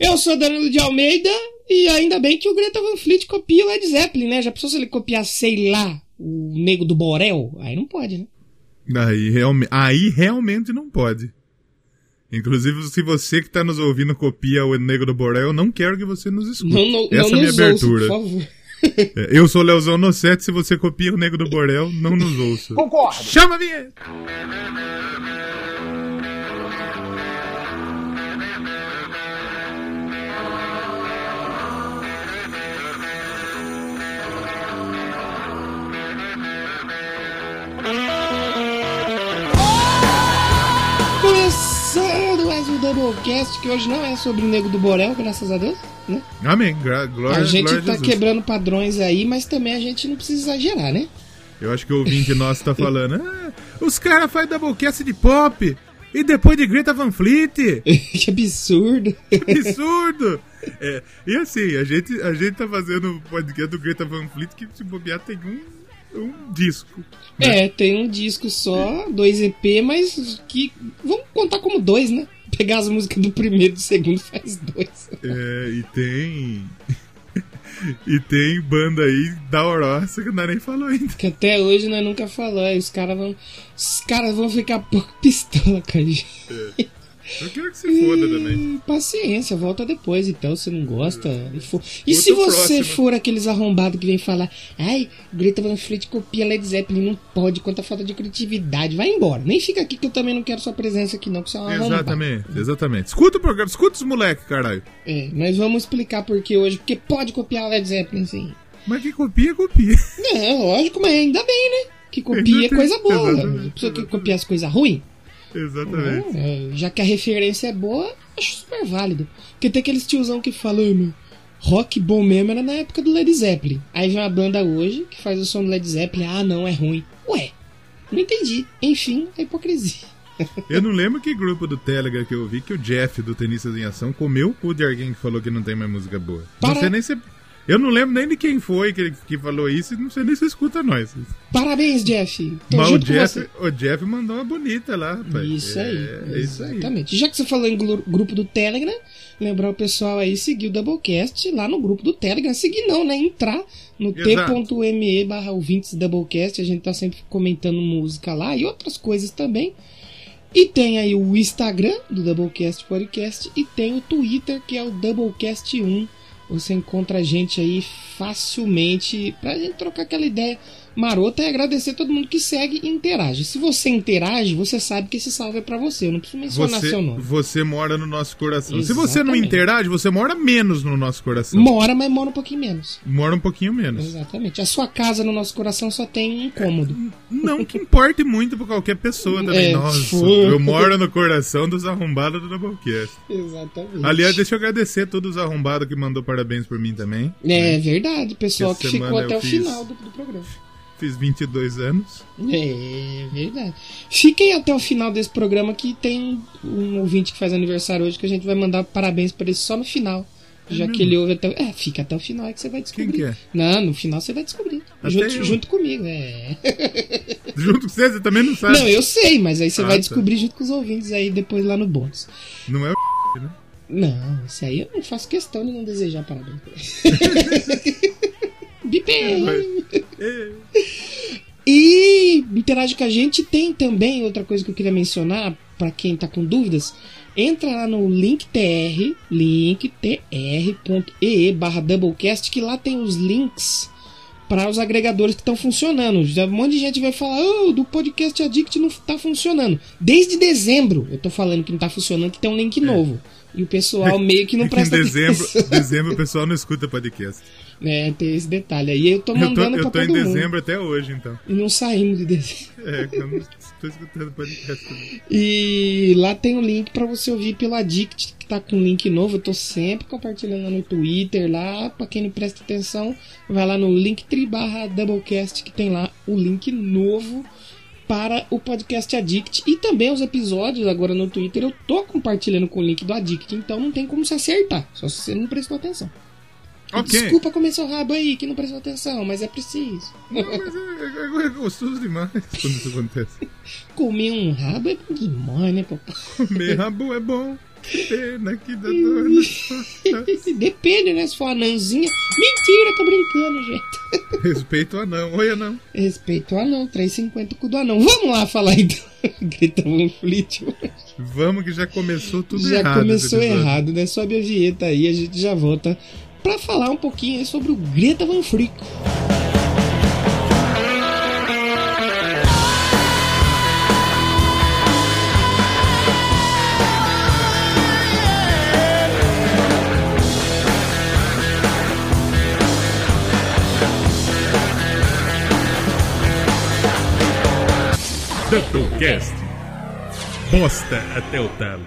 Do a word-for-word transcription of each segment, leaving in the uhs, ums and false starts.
Eu sou Danilo de Almeida e ainda bem que o Greta Van Fleet copia o Led Zeppelin, né? Já pensou se ele copiar, sei lá, o Nego do Borel? Aí não pode, né? Aí, realme... Aí realmente não pode. Inclusive, se você que está nos ouvindo copia o Nego do Borel, eu não quero que você nos escute. Não, não, Essa não é a minha nos abertura. ouça, por favor. Eu sou o Leozão Nossetti, se você copia o Nego do Borel, não nos ouça. Concordo. Chama a vinheta! Começando mais um Doublecast, que hoje não é sobre o Nego do Borel, graças a Deus, né? Amém, Gra- glória, a gente glória tá a Jesus. quebrando padrões aí, mas também a gente não precisa exagerar, né? Eu acho que o ouvinte nosso tá falando, ah, os caras fazem Doublecast de pop e depois de Greta Van Fleet. Que absurdo. Que absurdo. É, e assim, a gente, a gente tá fazendo o podcast do Greta Van Fleet que se bobear tem um, um disco. Né? É, tem um disco só, dois E P, mas que vamos contar como dois, né? Pegar as músicas do primeiro e do segundo faz dois. É, e tem... e tem banda aí da Oroça que nós nem falou ainda. Que até hoje nós nunca falamos. Aí os caras vão. Os caras vão ficar pouco pistola com a gente. É. Eu quero que se foda também. E paciência, volta depois então, se não gosta. E, for... e Volta se você próximo. for aqueles arrombados que vem falar, ai, Greta Van Fleet copia Led Zeppelin, não pode, quanta falta de criatividade, vai embora. Nem fica aqui que eu também não quero sua presença aqui não, que você é um arrombado. Exatamente, exatamente. Escuta o programa, escuta os moleques, caralho. É, nós vamos explicar por que hoje, porque pode copiar Led Zeppelin, sim. Mas quem copia, copia. É, lógico, mas ainda bem, né? Que copia é coisa boa. A pessoa que copia as coisas ruins. Exatamente. É, já que a referência é boa, acho super válido. Porque tem aqueles tiozão que falam, meu, rock bom mesmo era na época do Led Zeppelin. Aí vem uma banda hoje que faz o som do Led Zeppelin, ah não, é ruim. Ué, não entendi. Enfim, a hipocrisia. Eu não lembro que grupo do Telegram que eu vi que o Jeff do Tenistas em Ação comeu o cu de alguém que falou que não tem mais música boa. Para... Não sei nem se... Eu não lembro nem de quem foi que, que falou isso e não sei nem se escuta nós. Parabéns, Jeff. Tô Mas o junto com Jeff, você. o Jeff mandou uma bonita lá, rapaz. Isso aí. É, é isso aí. Exatamente. Já que você falou em glu- grupo do Telegram, lembrar o pessoal aí seguir o Doublecast lá no grupo do Telegram. Seguir não, né? Entrar no t.me barra ouvintes Doublecast. A gente tá sempre comentando música lá e outras coisas também. E tem aí o Instagram do Doublecast Podcast e tem o Twitter, que é o Doublecast um. Você encontra a gente aí facilmente pra gente trocar aquela ideia marota e agradecer a todo mundo que segue e interage. Se você interage, você sabe que esse salve é pra você. Eu não preciso mencionar Você, seu nome. você mora no nosso coração. Exatamente. Se você não interage, você mora menos no nosso coração. Mora, mas mora um pouquinho menos. Mora um pouquinho menos. Exatamente. A sua casa no nosso coração só tem um cômodo. Não que importe muito pra qualquer pessoa também. É, Nossa, for... eu moro no coração dos arrombados do Doublecast. Exatamente. Aliás, deixa eu agradecer a todos os arrombados que mandou parabéns por mim também. É verdade, pessoal que, Essa ficou semana até eu o fiz- final do, do programa. Fiz vinte e dois anos. É verdade. Fiquem até o final desse programa que tem um ouvinte que faz aniversário hoje que a gente vai mandar parabéns pra ele só no final. É Já mesmo? que ele ouve até. É, fica até o final é que você vai descobrir. Quem que é? Não, no final você vai descobrir. Até Junto, eu. junto comigo, é. Junto com você, você também não sabe. Não, eu sei, mas aí você Ah, vai tá. descobrir junto com os ouvintes aí depois lá no bônus. Não é o né? Não, isso aí eu não faço questão de não desejar parabéns pra ele. Bipê! É. E interage com a gente. Tem também outra coisa que eu queria mencionar pra quem tá com dúvidas. Entra lá no linktr, linktr.ee barra Doublecast, que lá tem os links para os agregadores que estão funcionando. Já um monte de gente vai falar, oh, do Podcast Addict não tá funcionando. Desde dezembro eu tô falando que não tá funcionando, que tem um link novo. E o pessoal meio que não É que presta em dezembro, atenção. dezembro o pessoal não escuta podcast. É, tem esse detalhe aí. Eu tô Eu tô, mandando eu tô pra em todo mundo. dezembro até hoje, então. E não saímos de dezembro. É, eu não estou escutando podcast também. E lá tem um link pra você ouvir pelo Addict, que tá com link novo. Eu tô sempre compartilhando lá no Twitter, lá, pra quem não presta atenção, vai lá no linktree barra Doublecast, que tem lá o link novo para o Podcast Addict. E também os episódios agora no Twitter eu tô compartilhando com o link do Addict, então não tem como se acertar, só se você não prestou atenção. Ok. Desculpa comer seu rabo aí, que não prestou atenção, mas é preciso. Não, mas é, é, é gostoso demais quando isso acontece. Comer um rabo é bom demais, né, papai? Comer rabo é bom, que pena que dá dor nas costas. Depende, né? Se for anãzinha. Mentira, tô brincando, gente. Respeito o anão. Oi, anão. Respeito o anão. três e cinquenta com o do anão. Vamos lá falar então. Greta Van Fleet. Vamos que já começou tudo já errado. Já começou errado, né? Sobe a vinheta aí, a gente já volta pra falar um pouquinho aí sobre o Greta Van Fleet. Doublecast. Bosta até o talo.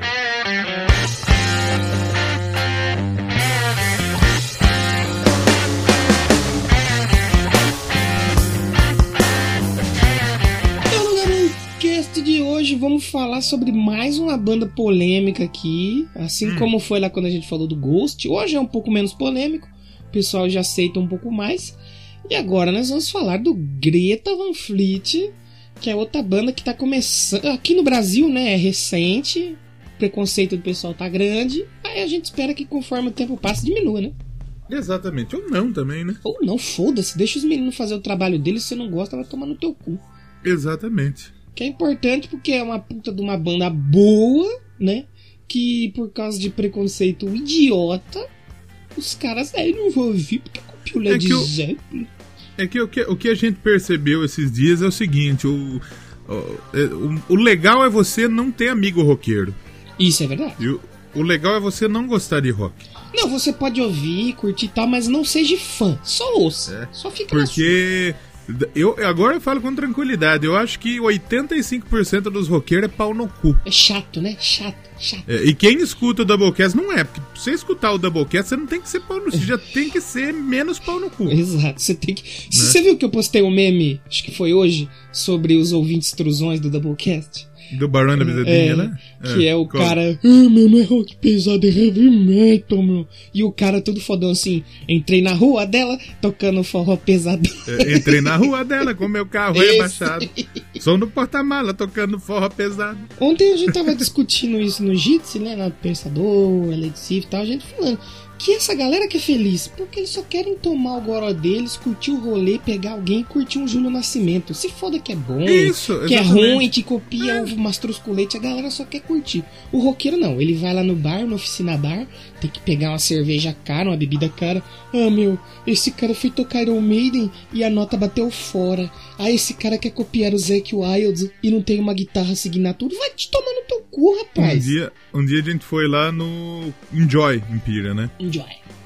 Então, no Doublecast de hoje vamos falar sobre mais uma banda polêmica aqui, assim hum. como foi lá quando a gente falou do Ghost. Hoje é um pouco menos polêmico, o pessoal já aceita um pouco mais. E agora nós vamos falar do Greta Van Fleet, que é outra banda que tá começando aqui no Brasil, né? É recente, o preconceito do pessoal tá grande. Aí a gente espera que conforme o tempo passa diminua, né? Exatamente, ou não também, né? Ou não, foda-se, deixa os meninos fazer o trabalho deles. Se você não gosta, vai tomar no teu cu. Exatamente. Que é importante porque é uma puta de uma banda boa, né? Que por causa de preconceito idiota, os caras aí não vão ouvir porque copiou o Led Zeppelin. É que o, que o que a gente percebeu esses dias é o seguinte, o, o, o, o legal é você não ter amigo roqueiro. Isso é verdade. E o, o legal é você não gostar de rock. Não, você pode ouvir, curtir e tal, mas não seja fã. Só ouça. É, só fica porque eu, agora eu falo com tranquilidade. Eu acho que oitenta e cinco por cento dos roqueiros é pau no cu. É chato, né? Chato, chato. É, e quem escuta o Doublecast não é. Porque pra você escutar o Doublecast, você não tem que ser pau no cu. Você já tem que ser menos pau no cu. Exato. Você tem que... Né? Você viu que eu postei um meme, acho que foi hoje, sobre os ouvintes trusões do Doublecast? Do Barão da Bezedinha, é, né? Que é, é o como? cara... Ah, meu, não é rock pesado, é heavy metal, meu. E o cara todo fodão assim... Entrei na rua dela, tocando forró pesado. É, entrei na rua dela com meu carro rebaixado. Som no porta-mala, tocando forró pesado. Ontem a gente tava discutindo isso no Jitsi, né? No Pensador, L A D C e tal. A gente falando... Que essa galera que é feliz, porque eles só querem tomar o goró deles, curtir o rolê, pegar alguém e curtir um Júlio Nascimento. Se foda que é bom, Isso, que é ruim, que copia é. o Mastruz com Leite, a galera só quer curtir. O roqueiro não, ele vai lá no bar, na oficina bar, tem que pegar uma cerveja cara, uma bebida cara. Ah, meu, esse cara foi tocar Iron Maiden e a nota bateu fora. Ah, esse cara quer copiar o Zakk Wylde e não tem uma guitarra assinatura. Vai te tomar no teu cu, rapaz. Um dia, um dia a gente foi lá no Enjoy, em Pira, né? Enjoy.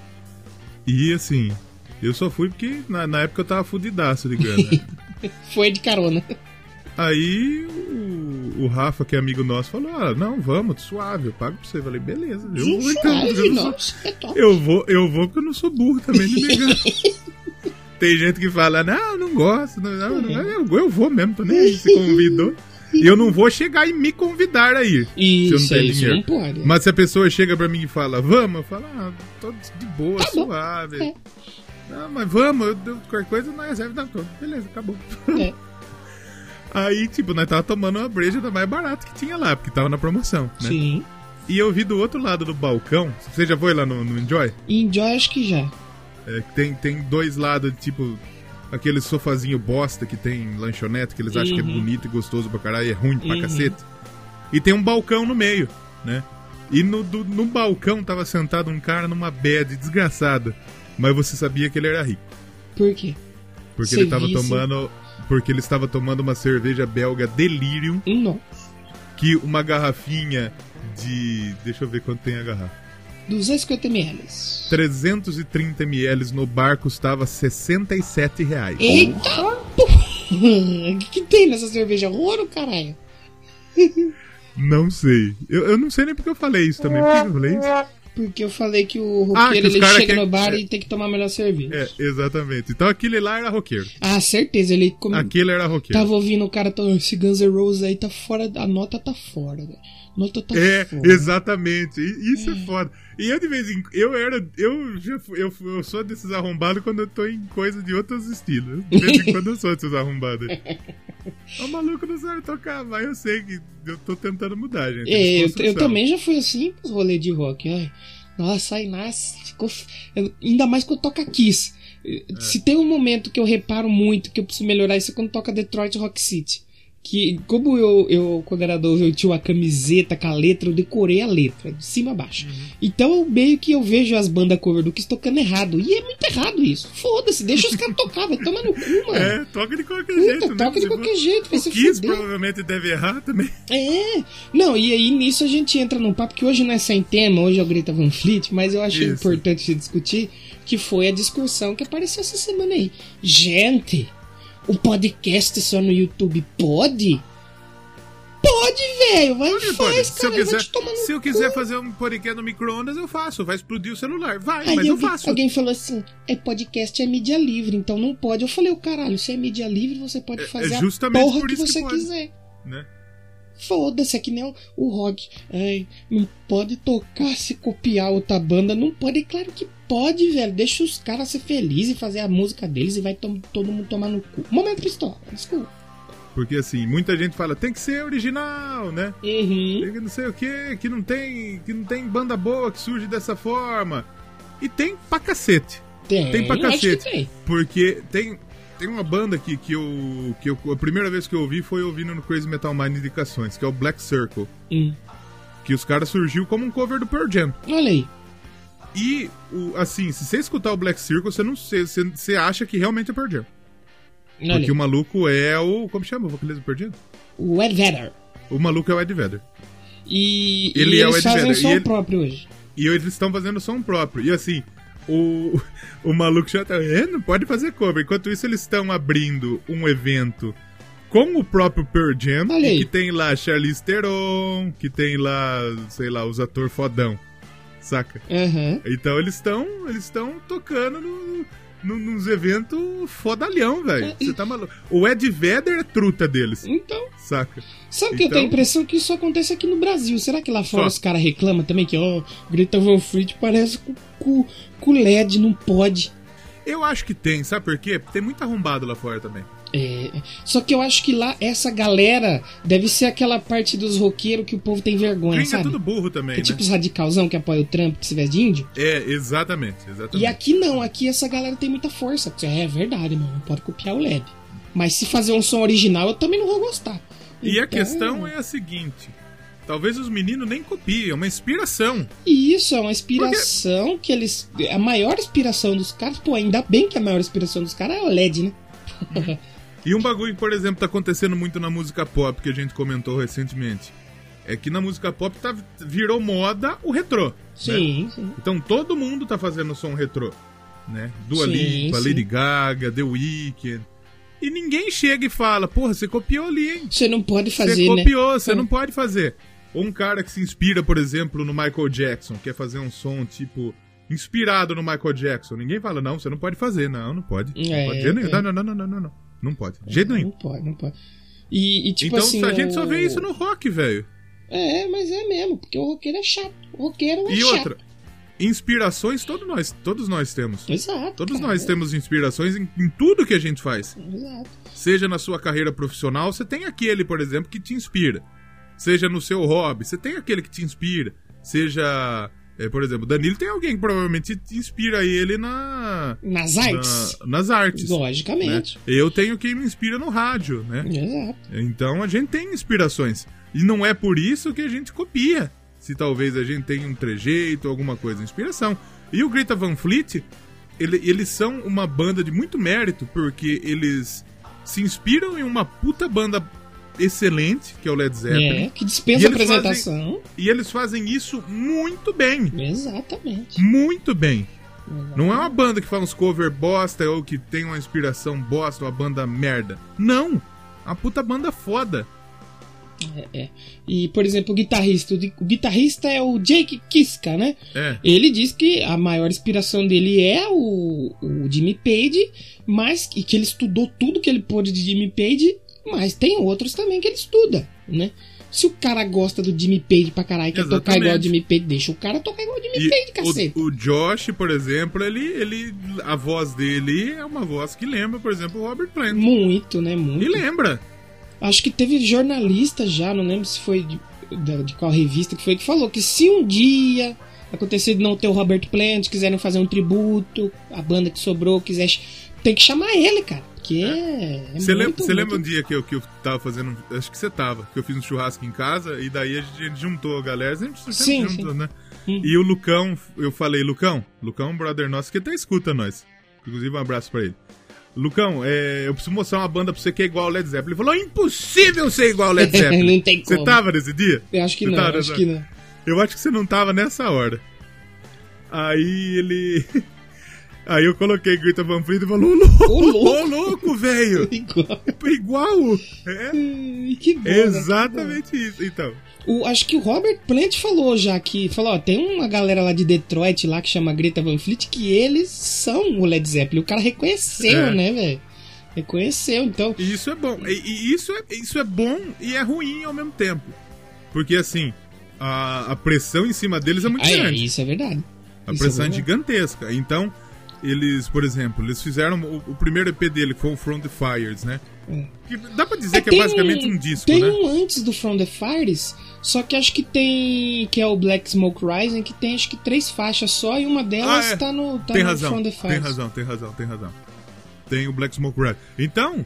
E assim, eu só fui porque na, na época eu tava fudidaço de grana. Foi de carona. Aí o, o Rafa, que é amigo nosso, falou: ah, não, vamos, suave, eu pago pra você. Eu falei, beleza, eu Sim, vou então. Eu, eu, nossa, sou, é eu vou, eu vou porque eu não sou burro também de negar. Tem gente que fala, não, não gosto, não, não, não, eu, eu vou mesmo, tô nem aí, se convidou. E eu não vou chegar e me convidar a ir. Isso, se eu não tenho dinheiro. Não pode. Mas se a pessoa chega pra mim e fala, vamos, eu falo, ah, tô de boa, tá suave. É. Não, mas vamos, eu, eu, qualquer coisa nós reserva da todo. Beleza, acabou. É. Aí, tipo, nós tava tomando uma breja da mais barata que tinha lá, porque tava na promoção, né? Sim. E eu vi do outro lado do balcão, você já foi lá no, no Enjoy? Enjoy acho que já. É, tem, tem dois lados, tipo... Aquele sofazinho bosta que tem lanchonete, que eles acham uhum. que é bonito e gostoso pra caralho, e é ruim pra uhum. cacete. E tem um balcão no meio, né? E no, do, no balcão tava sentado um cara numa bad desgraçada. Mas você sabia que ele era rico. Por quê? Porque você ele tava visse... tomando. Porque ele estava tomando uma cerveja belga Delirium. Nossa. Que uma garrafinha de. Deixa eu ver quanto tem a garrafa. duzentos e cinquenta mililitros. trezentos e trinta mililitros no bar custava sessenta e sete reais. Eita porra! O que, que tem nessa cerveja? Ouro, caralho? Não sei. Eu, eu não sei nem porque eu falei isso também. Por que eu falei isso? Porque eu falei que o roqueiro ah, que ele chega quer... no bar é... e tem que tomar a melhor cerveja. É, exatamente. Então aquele lá era roqueiro. Ah, certeza. Ele come... Aquele era roqueiro. Tava ouvindo o cara, esse Guns N' Roses aí tá fora, a nota tá fora, velho. Nota tá é, fora. Exatamente. Isso é. é foda. E eu de vez em quando, eu era, eu já eu, eu sou desses arrombados quando eu tô em coisa de outros estilos. De vez em quando eu sou desses arrombados. O maluco não sabe tocar, mas eu sei que eu tô tentando mudar, gente. É, eu, eu também já fui assim pros rolês de rock. Ai, Nossa, aí nasce, ficou... Ainda mais quando toca Kiss. É. Se tem um momento que eu reparo muito que eu preciso melhorar, isso é quando toca Detroit Rock City. Que, como eu, eu quando era novo, eu tinha uma camiseta com a letra, eu decorei a letra, de cima a baixo. Uhum. Então, meio que eu vejo as bandas cover do Kiss tocando errado. E é muito errado isso. Foda-se, deixa os caras tocar, vai tomar no cu, mano. É, toca de qualquer Puta, jeito, toca né? de qualquer for... jeito, vai o se Kiss fuder. Provavelmente deve errar também. É, não, e aí nisso a gente entra num papo que hoje não é sem tema, hoje é o Greta Van Fleet, mas eu acho isso. importante de discutir, que foi a discussão que apareceu essa semana aí. Gente, o podcast só no YouTube pode? Pode, velho, vai e faz, se cara. Eu quiser, eu se eu quiser cu. fazer um podcast no micro-ondas, eu faço. Vai explodir o celular. Vai, aí mas eu, eu faço. Alguém falou assim, é podcast é mídia livre, então não pode. Eu falei, o caralho, se é mídia livre, você pode fazer é, é a porra que você que quiser. Né? Foda-se, é que nem o, o rock. Ai, não pode tocar se copiar outra banda. Não pode, claro que pode, velho. Deixa os caras ser felizes e fazer a música deles e vai to- todo mundo tomar no cu. Momento pistola, desculpa. Porque assim, muita gente fala, tem que ser original, né? Uhum. Tem que não sei o que, que não tem, que não tem banda boa que surge dessa forma. E tem pra cacete. Tem, tem pra cacete. Tem. Porque tem, tem uma banda aqui que eu, que eu. A primeira vez que eu ouvi foi ouvindo no Crazy Metal Mind Indicações, que é o Black Circle. Hum. Que os caras surgiu como um cover do Pearl Jam. Olha aí. E, o, assim, se você escutar o Black Circle, você, não, você, você acha que realmente é Pearl Jam. Porque Olha. o maluco é o... Como chama o vocalista do Pearl Jam? O Ed Vedder. O maluco é o Ed Vedder. E, ele e é eles o Ed fazem Vedder. som e ele, próprio hoje. E eles estão fazendo som próprio. E assim, o, o maluco já tá... É, não pode fazer cover. Enquanto isso, eles estão abrindo um evento com o próprio Pearl Jam. Que tem lá Charlize Theron, que tem lá, sei lá, os atores fodão. Saca? Uhum. Então eles estão eles estão tocando no... nos eventos fodalhão, velho. Você tá maluco. O Ed Vedder é truta deles. Então. Saca? Sabe que então... eu tenho a impressão que isso acontece aqui no Brasil. Será que lá fora Só. os caras reclamam também que, ó, oh, Greta Van Fleet parece com, com, com L E D, não pode? Eu acho que tem, sabe por quê? Porque tem muito arrombado lá fora também. É, só que eu acho que lá, essa galera deve ser aquela parte dos roqueiros que o povo tem vergonha, Gringa sabe? É tudo burro também, que é né? tipo os radicalzão que apoia o Trump, que se veste de índio. É, exatamente, exatamente. E aqui não, aqui essa galera tem muita força. É verdade, mano, não pode copiar o L E D. Mas se fazer um som original, eu também não vou gostar. E então... a questão é a seguinte... Talvez os meninos nem copiem, é uma inspiração. Isso, é uma inspiração Porque... que eles... A maior inspiração dos caras... Pô, ainda bem que a maior inspiração dos caras é o L E D, né? Hum. E um bagulho que, por exemplo, tá acontecendo muito na música pop, que a gente comentou recentemente, é que na música pop tá, virou moda o retrô. Sim, né? sim. Então todo mundo tá fazendo som retrô, né? Dua Lipa, Lady Gaga, The Weeknd. E ninguém chega e fala, porra, você copiou ali, hein? Você não pode fazer, Você copiou, né? você é. não pode fazer. Ou um cara que se inspira, por exemplo, no Michael Jackson, quer fazer um som, tipo... inspirado no Michael Jackson. Ninguém fala, não, você não pode fazer. Não, não pode. É, não pode. É. Não, não, não, não, não, não, não. Não pode. De jeito nenhum. Não pode, não pode. E, e tipo então assim, a gente o... só vê isso no rock, velho. É, mas é mesmo, porque o roqueiro é chato. O roqueiro é e chato. E outra, inspirações todos nós, todos nós temos. Exato. Todos cara. nós temos inspirações em, em tudo que a gente faz. Exato. Seja na sua carreira profissional, você tem aquele, por exemplo, que te inspira. Seja no seu hobby, você tem aquele que te inspira. Seja... É, por exemplo, o Danilo tem alguém que provavelmente inspira ele na... Nas artes. Na, nas artes. Logicamente. Né? Eu tenho quem me inspira no rádio, né? Exato. Então a gente tem inspirações. E não é por isso que a gente copia. Se talvez a gente tenha um trejeito, alguma coisa, inspiração. E o Greta Van Fleet, ele, eles são uma banda de muito mérito, porque eles se inspiram em uma puta banda excelente, que é o Led Zeppelin. É, que dispensa apresentação. Fazem, e eles fazem isso muito bem. Exatamente. Muito bem. Exatamente. Não é uma banda que faz uns cover bosta ou que tem uma inspiração bosta, uma banda merda. Não. Uma puta banda foda. É, é. E, por exemplo, o guitarrista. O guitarrista é o Jake Kiska, né? É. Ele diz que a maior inspiração dele é o, o Jimmy Page, mas e que ele estudou tudo que ele pôde de Jimmy Page. Mas tem outros também que ele estuda, né? Se o cara gosta do Jimmy Page pra caralho e quer tocar igual o Jimmy Page, deixa o cara tocar igual o Jimmy e Page, cacete. O, o Josh, por exemplo, ele, ele, a voz dele é uma voz que lembra, por exemplo, o Robert Plant. Muito, né? Muito. E lembra. Acho que teve jornalista já, não lembro se foi de, de, de qual revista que foi, que falou que se um dia acontecer de não ter o Robert Plant, quiserem fazer um tributo, a banda que sobrou, quiser... Tem que chamar ele, cara. Porque é. Você é lembra, muito... lembra um dia que eu, que eu tava fazendo. Acho que você tava, que eu fiz um churrasco em casa e daí a gente juntou a galera. A gente sempre sim, juntou, sim. né? Hum. E o Lucão, eu falei, Lucão, Lucão é um brother nosso que até escuta nós. Inclusive, um abraço pra ele. Lucão, é, eu preciso mostrar uma banda pra você que é igual ao Led Zeppelin. Ele falou, impossível ser igual ao Led Zeppelin. Não tem como. Você tava nesse dia? Eu acho que você não, tava acho nessa... que não. Eu acho que você não tava nessa hora. Aí ele... Aí eu coloquei Greta Van Fleet e falou, ô louco, ô louco, louco velho. Igual. Igual. É. Que bom, exatamente né? isso, então. O, acho que o Robert Plant falou já que... Falou, ó, tem uma galera lá de Detroit lá que chama Greta Van Fleet que eles são o Led Zeppelin. O cara reconheceu, é. né, velho? Reconheceu, então... E isso é bom. E, e isso, é, isso é bom e é ruim ao mesmo tempo. Porque, assim, a, a pressão em cima deles é muito ah, grande. É, isso é verdade. A isso pressão é é gigantesca. Então... Eles, por exemplo, eles fizeram o, o primeiro E P dele, que foi o From the Fires, né? É. Que dá pra dizer é, que é basicamente um, um disco, tem né? Tem um antes do From the Fires, só que acho que tem... Que é o Black Smoke Rising, que tem acho que três faixas só, e uma delas ah, é. tá no, tá tem no razão, From the Fires. Tem razão, tem razão, tem razão. Tem o Black Smoke Rising. Então,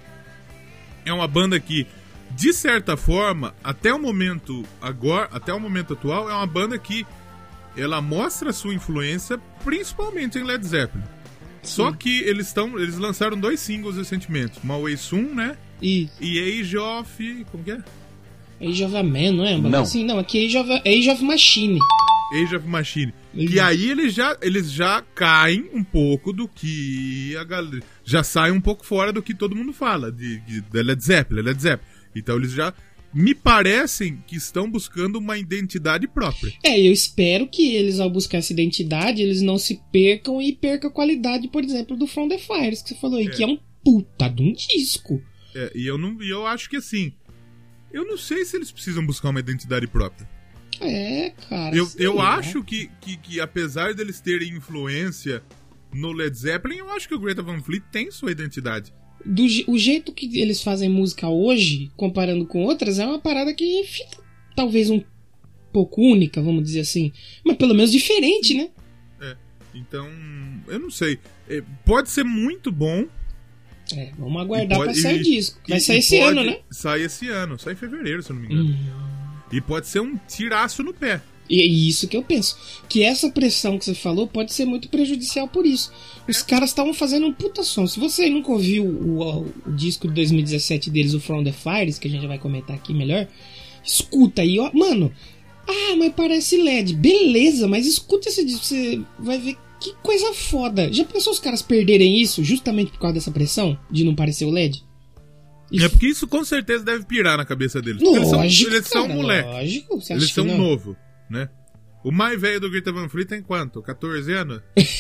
é uma banda que, de certa forma, até o momento agora, até o momento atual, é uma banda que ela mostra a sua influência principalmente em Led Zeppelin. Sim. Só que eles estão, eles lançaram dois singles recentemente, My Way Soon, né? E, e Age of... como que é? Age of a Man, não é? Não. Assim, não, aqui é Age of, Age of Machine. Age of Machine. E aí eles já, eles já caem um pouco do que a galera... Já saem um pouco fora do que todo mundo fala, de, de, de Led Zeppelin, Led Zeppelin. Então eles já... Me parecem que estão buscando uma identidade própria. É, eu espero que eles, ao buscar essa identidade, eles não se percam e percam a qualidade, por exemplo, do From the Fires, que você falou aí, é. que é um puta de um disco. É, e eu, não, eu acho que assim, eu não sei se eles precisam buscar uma identidade própria. É, cara. Eu, eu é. acho que, que, que, apesar deles terem influência no Led Zeppelin, eu acho que o Greta Van Fleet tem sua identidade. Do, o jeito que eles fazem música hoje, comparando com outras, é uma parada que fica talvez um pouco única, vamos dizer assim. Mas pelo menos diferente, né? É, então, eu não sei. É, pode ser muito bom. É, vamos aguardar pode, pra sair o disco. Vai e, sair e esse ano, né? Sai esse ano, sai em fevereiro, se eu não me engano. Hum. E pode ser um tiraço no pé. E é isso que eu penso. Que essa pressão que você falou pode ser muito prejudicial por isso. Os caras estavam fazendo um puta som. Se você nunca ouviu o, o, o disco de dois mil e dezessete deles, o From the Fires, que a gente vai comentar aqui melhor, escuta aí, ó. Mano, ah, mas parece L E D. Beleza, mas escuta esse disco, você vai ver que coisa foda. Já pensou os caras perderem isso justamente por causa dessa pressão de não parecer o L E D? E é porque isso com certeza deve pirar na cabeça deles. Lógico, eles são, eles cara, são moleque. Lógico, você eles acha são que não? novo, né? O mais velho do Greta Van Fleet tem quanto? catorze anos?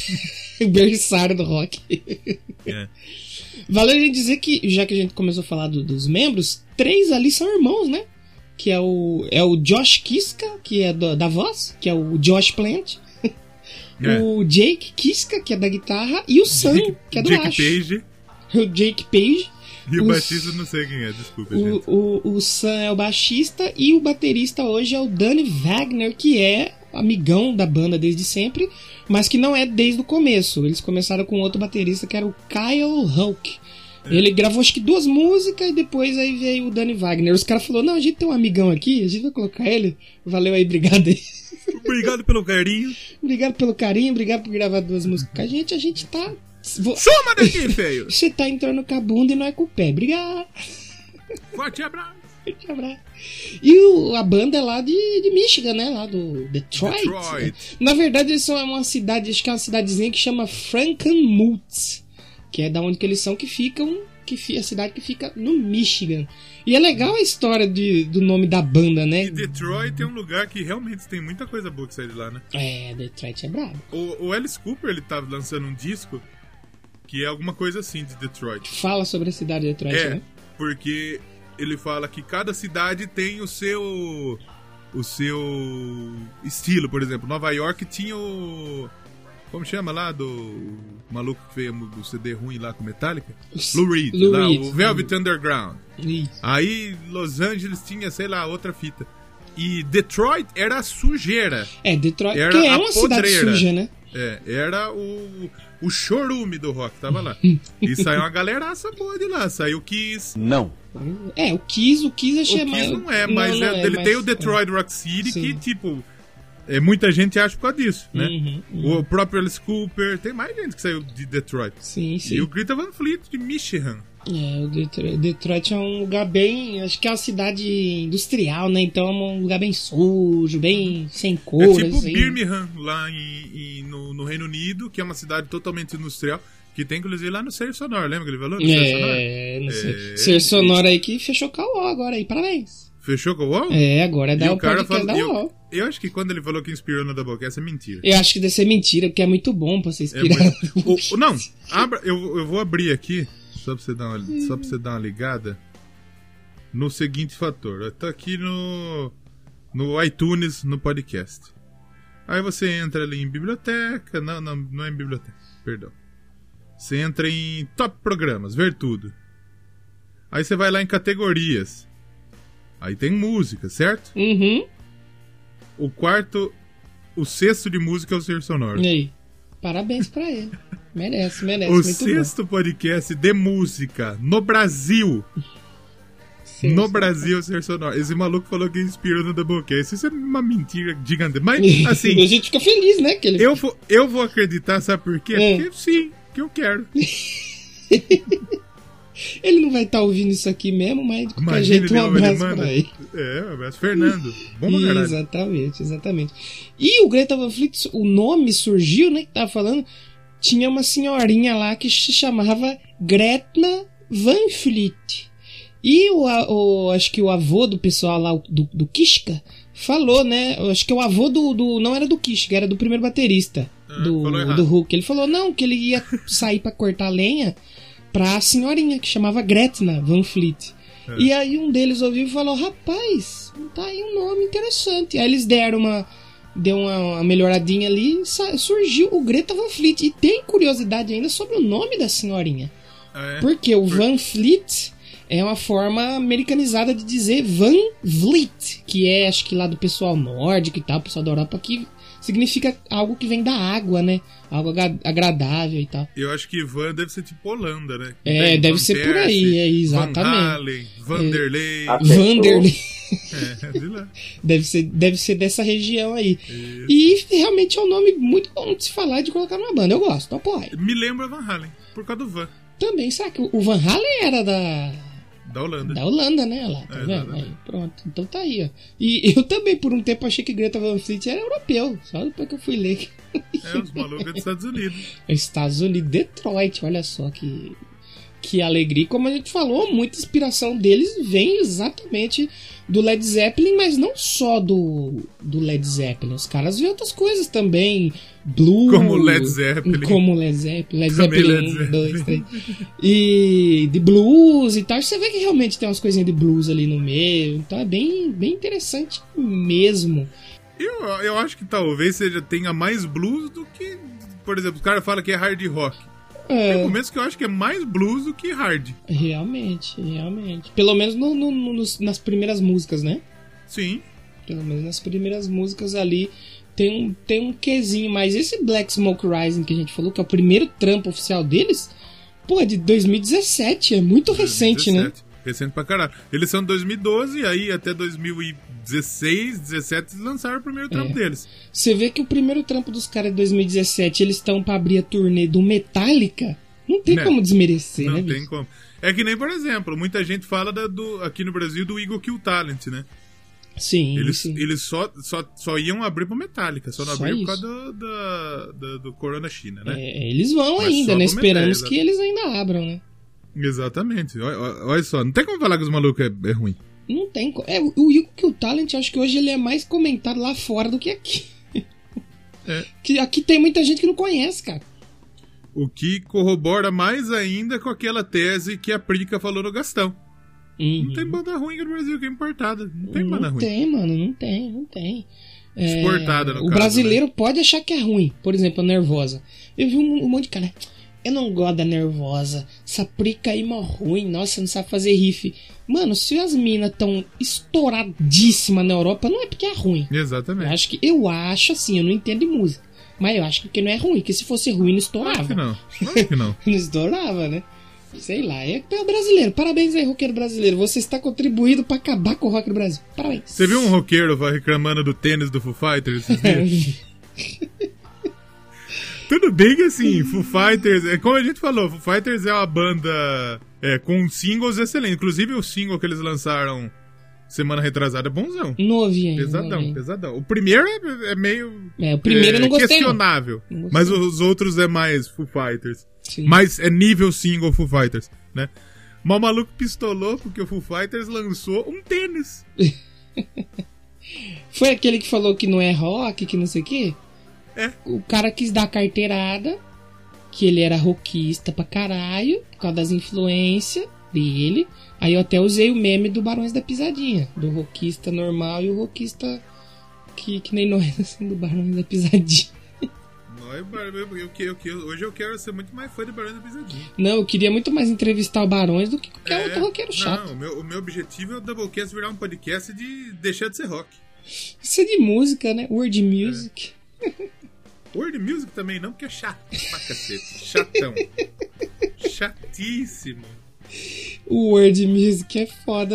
Berçário do rock. É. Vale a gente dizer que, já que a gente começou a falar do, dos membros, três ali são irmãos, né? Que é o, é o Josh Kiska, que é do, da voz, que é o Josh Plant. É. O Jake Kiska, que é da guitarra, e o Sam, Jake, que é do Jake baixo. Page. O Jake Page. E o, o baixista não sei quem é, desculpa, o, gente. O, o Sam é o baixista e o baterista hoje é o Danny Wagner, que é amigão da banda desde sempre, mas que não é desde o começo. Eles começaram com outro baterista que era o Kyle Hulk. É. Ele gravou acho que duas músicas e depois aí veio o Danny Wagner. Os caras falaram, não, a gente tem um amigão aqui, a gente vai colocar ele. Valeu aí, obrigado aí. Obrigado pelo carinho. Obrigado pelo carinho, obrigado por gravar duas músicas com a gente. A gente tá... Vou... Soma daqui, feio! Você tá entrando com a bunda e não é com o pé. Obrigado. Forte abraço. Forte abraço. E o, a banda é lá de, de Michigan, né? Lá do Detroit. Detroit. Na verdade, eles são uma cidade, acho que é uma cidadezinha que chama Frankenmuth, que é da onde que eles são, que ficam, que fi, a cidade que fica no Michigan. E é legal a história de, do nome da banda, né? E Detroit é um lugar que realmente tem muita coisa boa que sai de lá, né? É, Detroit é brabo. O, o Alice Cooper, ele tá lançando um disco que é alguma coisa assim de Detroit. Fala sobre a cidade de Detroit, é, né? Porque ele fala que cada cidade tem o seu o seu estilo, por exemplo. Nova York tinha o... Como chama lá do maluco que fez o C D ruim lá com Metallica? Lou Reed, lá, o Velvet Underground. Isso. Aí Los Angeles tinha, sei lá, outra fita. E Detroit era sujeira. É, Detroit, era que é a uma cidade podreira. suja, né? É, era o, o chorume do rock, tava lá. E saiu uma galeraça boa de lá. Saiu o Kiss. Não. É, o Kiss, o Kiss achei O mais... Kiss não é, mas não, é, não é, ele mas, tem o Detroit é. Rock City, Sim. que, tipo, é, muita gente acha por causa disso, né? Uhum, uhum. O próprio Alice Cooper, tem mais gente que saiu de Detroit. Sim, sim. E o Greta Van Fleet, de Michigan. É, o Detroit, Detroit é um lugar bem... Acho que é uma cidade industrial, né? Então é um lugar bem sujo, bem sem cor. É tipo assim. Birmingham, lá em, em- no, no Reino Unido, que é uma cidade totalmente industrial, que tem inclusive lá no Ser Sonoro, lembra que ele falou? No Ser Sonoro? É, não sei. É, Ser Sonoro aí que fechou com a U O L agora aí, parabéns. Fechou com o U O L? É, agora é E da o cara podcast falou, da U O L. eu, eu acho que quando ele falou que inspirou no Doublecast é mentira. Eu acho que deve ser mentira, porque é muito bom pra ser É inspirado. muito- o- o- não, abra, eu, eu vou abrir aqui, só pra, você dar uma, só pra você dar uma ligada, no seguinte fator. Eu tô aqui no, no iTunes, no podcast. Aí você entra ali em biblioteca, não, não, não é em biblioteca, perdão. Você entra em top programas, ver tudo. Aí você vai lá em categorias. Aí tem música, certo? Uhum. O quarto, o sexto de música é o Ser Sonoro. E aí? Parabéns pra ele. Merece, merece. O muito sexto podcast de música no Brasil. bom. Sim, no sim. Brasil, Ser Sonoro. Esse maluco falou que inspirou no Doublecast. Isso é uma mentira gigante. Mas, a assim, gente fica feliz, né? Que ele... eu vou, eu vou acreditar, sabe por quê? É. Porque sim, que eu quero. ele não vai estar ouvindo isso aqui mesmo, mas de qualquer Imagina jeito, um ele, ele abraço manda. pra ele. É, um abraço. Fernando. Bom pra caralho. Exatamente, exatamente. E o Greta Van Fleet, o nome surgiu, né? Que tava falando. Tinha uma senhorinha lá que se chamava Gretna Van Fleet. E o, o acho que o avô do pessoal lá, do, do Kiska, falou, né? Eu acho que o avô do, do. Não era do Kiska, era do primeiro baterista Ah, do, falou errado. do Hulk. Ele falou, não, que ele ia sair pra cortar lenha pra senhorinha, que chamava Gretna Van Fleet. É. E aí um deles ouviu e falou, rapaz, tá aí um nome interessante. Aí eles deram uma. Deu uma, uma melhoradinha ali e sa- surgiu o Greta Van Fleet. E tem curiosidade ainda sobre o nome da senhorinha. Ah, é? Porque o Van Fleet é uma forma americanizada de dizer Van Vliet, que é, acho que lá do pessoal nórdico e tal, pessoal da Europa, que significa algo que vem da água, né? Algo agra- agradável e tal. Eu acho que Van deve ser tipo Holanda, né? É, Tem deve Van ser por Persie, aí, é, exatamente. Van Halen, Vanderlei. Ah. Vanderlei. É, de lá. Deve ser, deve ser dessa região aí. Isso. E realmente é um nome muito bom de se falar e de colocar numa banda. Eu gosto, tô apoio. Me lembra Van Halen, por causa do Van, Também, será que o Van Halen era da, da Holanda. da Holanda, né? Lá, tá É, vendo? exatamente. Aí, pronto, então tá aí, ó. E eu também, por um tempo, achei que Greta Van Fleet era europeu. Só depois que eu fui ler. É, os malucos dos Estados Unidos. Estados Unidos, Detroit, olha só que, que alegria. Como a gente falou, muita inspiração deles vem exatamente do Led Zeppelin, mas não só do, do Led Zeppelin. Os caras veem outras coisas também. Blues. Como Led Zeppelin. Como Led Zeppelin. Led Também Zeppelin Led um, Zeppelin. dois, três. E de blues e tal. Você vê que realmente tem umas coisinhas de blues ali no meio. Então é bem, bem interessante mesmo. Eu, eu acho que talvez seja, tenha mais blues do que... Por exemplo, os caras falam que é hard rock. Tem É, momentos que eu acho que é mais blues do que hard. realmente, realmente. Pelo menos no- no- no- nos- nas primeiras músicas, né? Sim. Pelo menos nas primeiras músicas ali tem um, tem um quezinho. Mas esse Black Smoke Rising que a gente falou, que é o primeiro trampo oficial deles, pô, é de dois mil e dezessete, é muito recente, né? dois mil e dezessete. Recente pra caralho. Eles são de dois mil e doze, aí até dois mil e dezesseis, dezessete eles lançaram o primeiro trampo É. deles. Você vê que o primeiro trampo dos caras é de dois mil e dezessete, eles estão pra abrir a turnê do Metallica. Não tem Né? como desmerecer, Não né, tem bicho? como. É que nem, por exemplo, muita gente fala da- do, aqui no Brasil do Eagle Kill Talent, né? Sim, Eles, sim. eles só, só, só iam abrir pro Metallica, só não Só abriram por isso. causa do, da, da- do Corona China, né? É, eles vão Mas ainda, só né? do Esperamos Metallica. que eles ainda abram, né? Exatamente. Olha, olha só, não tem como falar que os malucos é, é ruim. Não tem. co- É, o Eagle Kill Talent, acho que hoje ele é mais comentado lá fora do que aqui. É. Que aqui tem muita gente que não conhece, cara. O que corrobora mais ainda com aquela tese que a Prica falou no Gastão. Uhum. Não tem banda ruim aqui no Brasil que é importada. Não tem Não banda ruim. tem, mano, não tem, não tem. É, Exportada, no o caso, brasileiro pode achar que é ruim. Por exemplo, a Nervosa. Eu vi um, um monte de cara. eu não gosto da Nervosa. Essa prica aí mó ruim. Nossa, não sabe fazer riff. Mano, se as minas tão estouradíssimas na Europa, não é porque é ruim. Exatamente. Eu acho que, eu acho assim, eu não entendo de música. Mas eu acho que não é ruim, porque se fosse ruim não estourava. Acho que não, acho que não. Não estourava, né? Sei lá, é, é brasileiro. Parabéns aí, roqueiro brasileiro. Você está contribuindo pra acabar com o rock do Brasil. Parabéns. Você viu um roqueiro reclamando do tênis do Foo Fighters esses dias? Tudo bem que assim, Foo Fighters, é como a gente falou, Foo Fighters é uma banda é, com singles excelentes. Inclusive o single que eles lançaram semana retrasada é bonzão. Não ouvi ainda. Pesadão, ouvi. pesadão. O primeiro é, é meio é, o primeiro é, eu não gostei, questionável. Não. Não mas os outros é mais Foo Fighters. Sim. Mas é nível single Foo Fighters, né? Mas o maluco pistolou porque o Foo Fighters lançou um tênis. Foi aquele que falou que não é rock, que não sei o quê? É. O cara quis dar carteirada, que ele era rockista pra caralho, por causa das influências dele. Aí eu até usei o meme do Barões da Pisadinha, do rockista normal e o rockista que, que nem nós, assim, do Barões da Pisadinha. Eu, eu, eu, eu, hoje eu quero ser muito mais fã do Barões da Pisadinha. Não, eu queria muito mais entrevistar o Barões do que qualquer é, outro roqueiro chato. Não, o meu, o meu objetivo é o Doublecast virar um podcast de deixar de ser rock. Isso é de música, né? World music. É. World music também não, porque é chato pra cacete. Chatão. Chatíssimo. O world music é foda.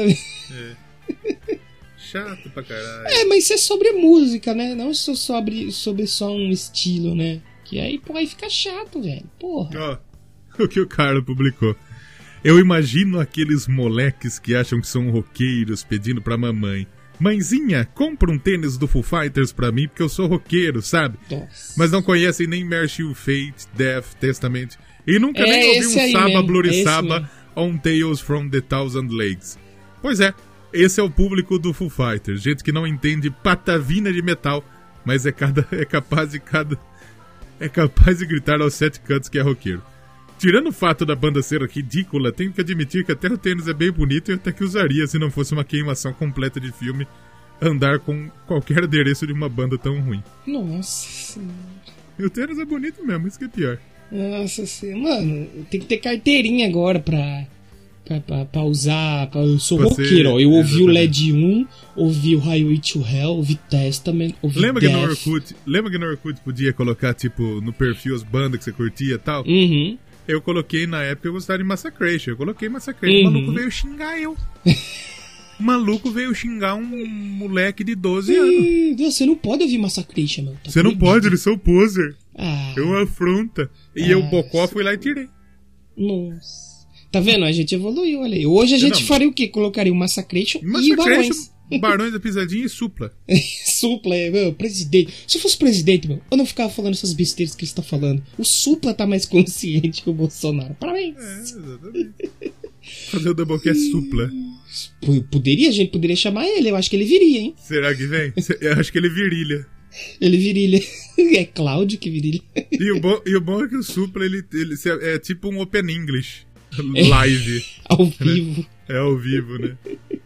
É. Chato pra caralho. É, mas isso é sobre música, né? Não sobre, sobre só um estilo, né? Que aí, pô, aí fica chato, velho. Porra. Ó, o que o cara publicou. Eu imagino aqueles moleques que acham que são roqueiros pedindo pra mamãe: mãezinha, compra um tênis do Foo Fighters pra mim, porque eu sou roqueiro, sabe? Nossa. Mas não conhecem nem Merciful Fate, Death, Testament. E nunca é nem ouviu um Saba, Bloody é Saba, On Tales from the Thousand Lakes. Pois é, esse é o público do Foo Fighters. Gente que não entende patavina de metal, mas é, cada, é capaz de cada... É capaz de gritar aos sete cantos que é roqueiro. Tirando o fato da banda ser ridícula, tenho que admitir que até o tênis é bem bonito e até que usaria se não fosse uma queimação completa de filme andar com qualquer adereço de uma banda tão ruim. Nossa senhora. E o tênis é bonito mesmo, isso que é pior. Nossa senhora. Mano, tem que ter carteirinha agora pra, pra, pra, pra usar. Pra, eu sou Você, roqueiro, ó. Eu ouvi exatamente. o L E D um, ouvi o Highway to Hell, ouvi Testament, ouvi Lembra Death. que, no Orkut, lembra que no Orkut podia colocar, tipo, no perfil as bandas que você curtia e tal? Uhum. Eu coloquei na época, eu gostava de Massacration. Eu coloquei Massacration. Uhum. O maluco veio xingar eu. O maluco veio xingar um moleque de doze anos. Ih, Deus, você não pode ouvir Massacration, mano. Tá Você não proibido. pode, eles são poser. Ah, É uma afronta. E Ah, eu, Bocó, fui lá e tirei. nossa. Tá vendo? A gente evoluiu, olha aí. Hoje a gente Não, faria o quê? Colocaria o Massacration, e o Barões. Massacration, Barões da Pisadinha e Supla. Supla é, meu, presidente. Se eu fosse presidente, meu, eu não ficava falando essas besteiras que ele está falando. O Supla tá mais consciente que o Bolsonaro. Parabéns. É, exatamente. Fazer o Doublecast Supla. P- Poderia, a gente poderia chamar ele. Eu acho que ele viria, hein? Será que vem? Eu acho que ele virilha. Ele virilha. É Cláudio que virilha. E o bom, e o bom é que o Supla, ele, ele é tipo um Open English. Live. Ao vivo. É ao vivo, né?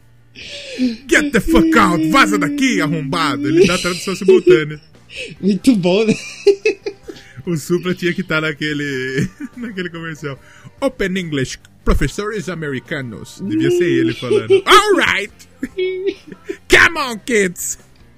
Get the fuck out! Vaza daqui, arrombado! Ele dá tradução simultânea. Muito bom, né? O Supla tinha que estar naquele naquele comercial. Open English, professores americanos. Devia ser ele falando. Alright! Come on, kids!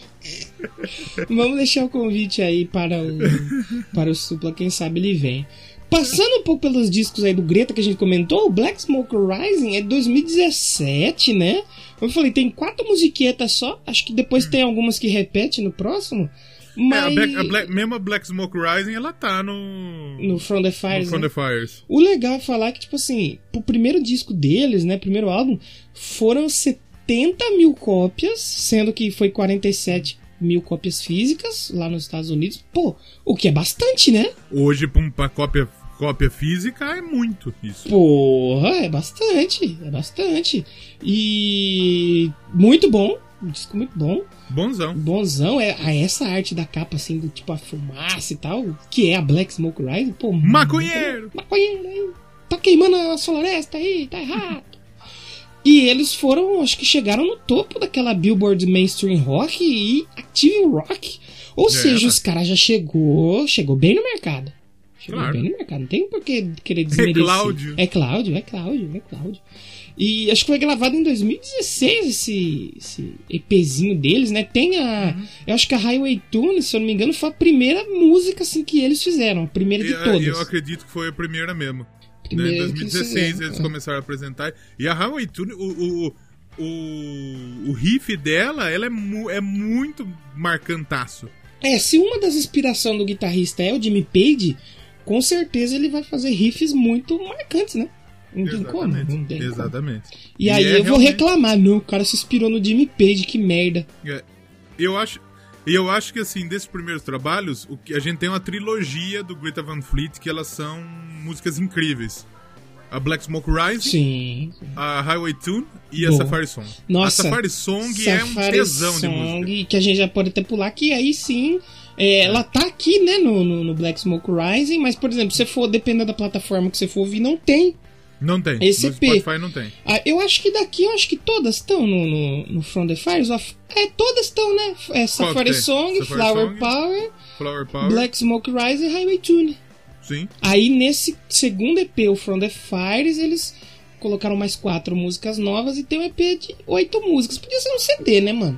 Vamos deixar o convite aí para o, para o Supla, quem sabe ele vem. Passando um pouco pelos discos aí do Greta que a gente comentou, o Black Smoke Rising é de dois mil e dezessete, né? Como eu falei, tem quatro musiquetas só. Acho que depois hum. tem algumas que repete no próximo. Mas... É, a Black, a Black, mesmo a Black Smoke Rising, ela tá no... No From the Fires, no From né? the Fires. O legal é falar que, tipo assim, pro primeiro disco deles, né? Primeiro álbum, foram setenta mil cópias, sendo que foi quarenta e sete mil cópias físicas lá nos Estados Unidos. Pô, o que é bastante, né? Hoje, pra, pra cópia... Cópia física é muito isso. Porra, é bastante, é bastante. E muito bom, um disco muito bom. Bonzão. Bonzão, é a essa arte da capa, assim, do tipo a fumaça e tal, que é a Black Smoke Rising, pô. Maconheiro! Muito, maconheiro aí. Tá queimando a floresta aí, tá errado. E eles foram, acho que chegaram no topo daquela Billboard Mainstream Rock e Active Rock. Ou é. seja, os caras já chegou, chegou bem no mercado. Chegou Claro. bem no mercado. Não tem por que querer desmerecer. É Cláudio. É Cláudio, é Cláudio, é Cláudio. E acho que foi gravado em dois mil e dezesseis esse, esse EPzinho deles, né? Tem a... Uhum. Eu acho que a Highway Tune, se eu não me engano, foi a primeira música assim, que eles fizeram. A primeira de eu, todas. Eu acredito que foi a primeira mesmo. Primeira né? Em dois mil e dezesseis eles, eles é. começaram a apresentar. E a Highway Tune, o, o, o, o riff dela, ela é, mu, é muito marcantaço. É, se uma das inspirações do guitarrista é o Jimmy Page, com certeza ele vai fazer riffs muito marcantes, né? Não tem como. Não tem Exatamente. Como. E, e aí é eu vou realmente... reclamar, não, o cara se inspirou no Jimmy Page, que merda. É, eu acho, eu acho que assim, desses primeiros trabalhos, o que a gente tem uma trilogia do Greta Van Fleet, que elas são músicas incríveis. A Black Smoke Rising, sim, sim. a Highway Tune e Boa. a Safari Song. Nossa, a Safari Song Safari é um tesão Song, de música. Que a gente já pode até pular, que aí sim, é, ela tá aqui, né, no, no, no Black Smoke Rising, mas, por exemplo, se você for, dependendo da plataforma que você for ouvir, não tem. Não tem. Esse no E P. Spotify não tem. Ah, eu acho que daqui, eu acho que todas estão no, no, no From the Fires of... É, todas estão, né? É Safari Song, Safari Flower, Song Power, Flower Power, Black Smoke Rising e Highway Tune. Sim. Aí nesse segundo E P, o From the Fires, eles colocaram mais quatro músicas novas e tem um E P de oito músicas. Podia ser um C D, né, mano?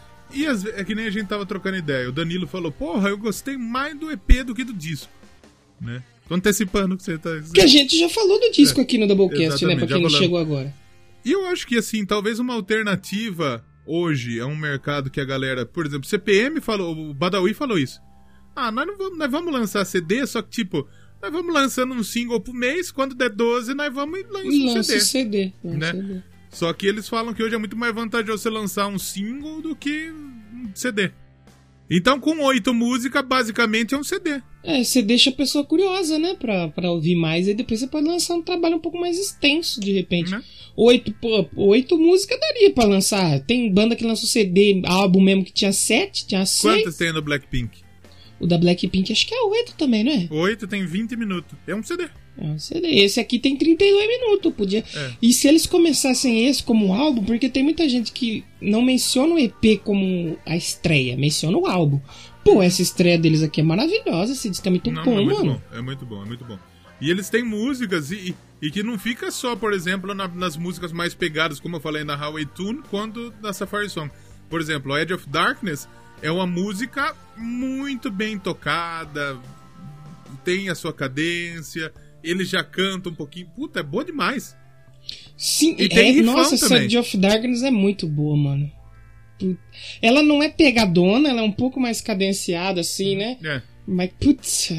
E as, é que nem a gente tava trocando ideia. O Danilo falou, porra, eu gostei mais do E P do que do disco. Né? Tô antecipando o que você tá dizendo. Que a gente já falou do disco é, aqui no Doublecast, né? Pra quem não falamos. chegou agora. E eu acho que, assim, talvez uma alternativa hoje a um mercado que a galera... Por exemplo, C P M falou, o Badawi falou isso. Ah, nós, não vamos, nós vamos lançar C D, só que, tipo... Nós vamos lançando um single por mês, quando der doze, nós vamos e lançamos um C D. C D, né? C D. Só que eles falam que hoje é muito mais vantajoso você lançar um single do que um C D. Então, com oito músicas, basicamente é um C D. É, você deixa a pessoa curiosa, né? Pra, pra ouvir mais, e depois você pode lançar um trabalho um pouco mais extenso, de repente. Né? Oito, pô, oito músicas daria pra lançar. Tem banda que lançou C D, álbum mesmo que tinha sete, tinha seis. Quantas tem no Blackpink? O da Blackpink acho que é oito também, não é? oito tem vinte minutos. É um C D. É um C D. Esse aqui tem trinta e dois minutos. Podia... É. E se eles começassem esse como álbum, porque tem muita gente que não menciona o E P como a estreia, menciona o álbum. Pô, essa estreia deles aqui é maravilhosa. Esse disco é muito não, bom, é muito mano. Bom. É muito bom, é muito bom. E eles têm músicas e, e que não fica só, por exemplo, na, nas músicas mais pegadas, como eu falei na Highway Tune, quanto na Safari Song. Por exemplo, Edge of Darkness é uma música muito bem tocada, tem a sua cadência, ele já canta um pouquinho. Puta, é boa demais. Sim, e tem é, rifão nossa, também. Edge of Darkness é muito boa, mano. Ela não é pegadona, ela é um pouco mais cadenciada, assim, né? É. Mas, putz,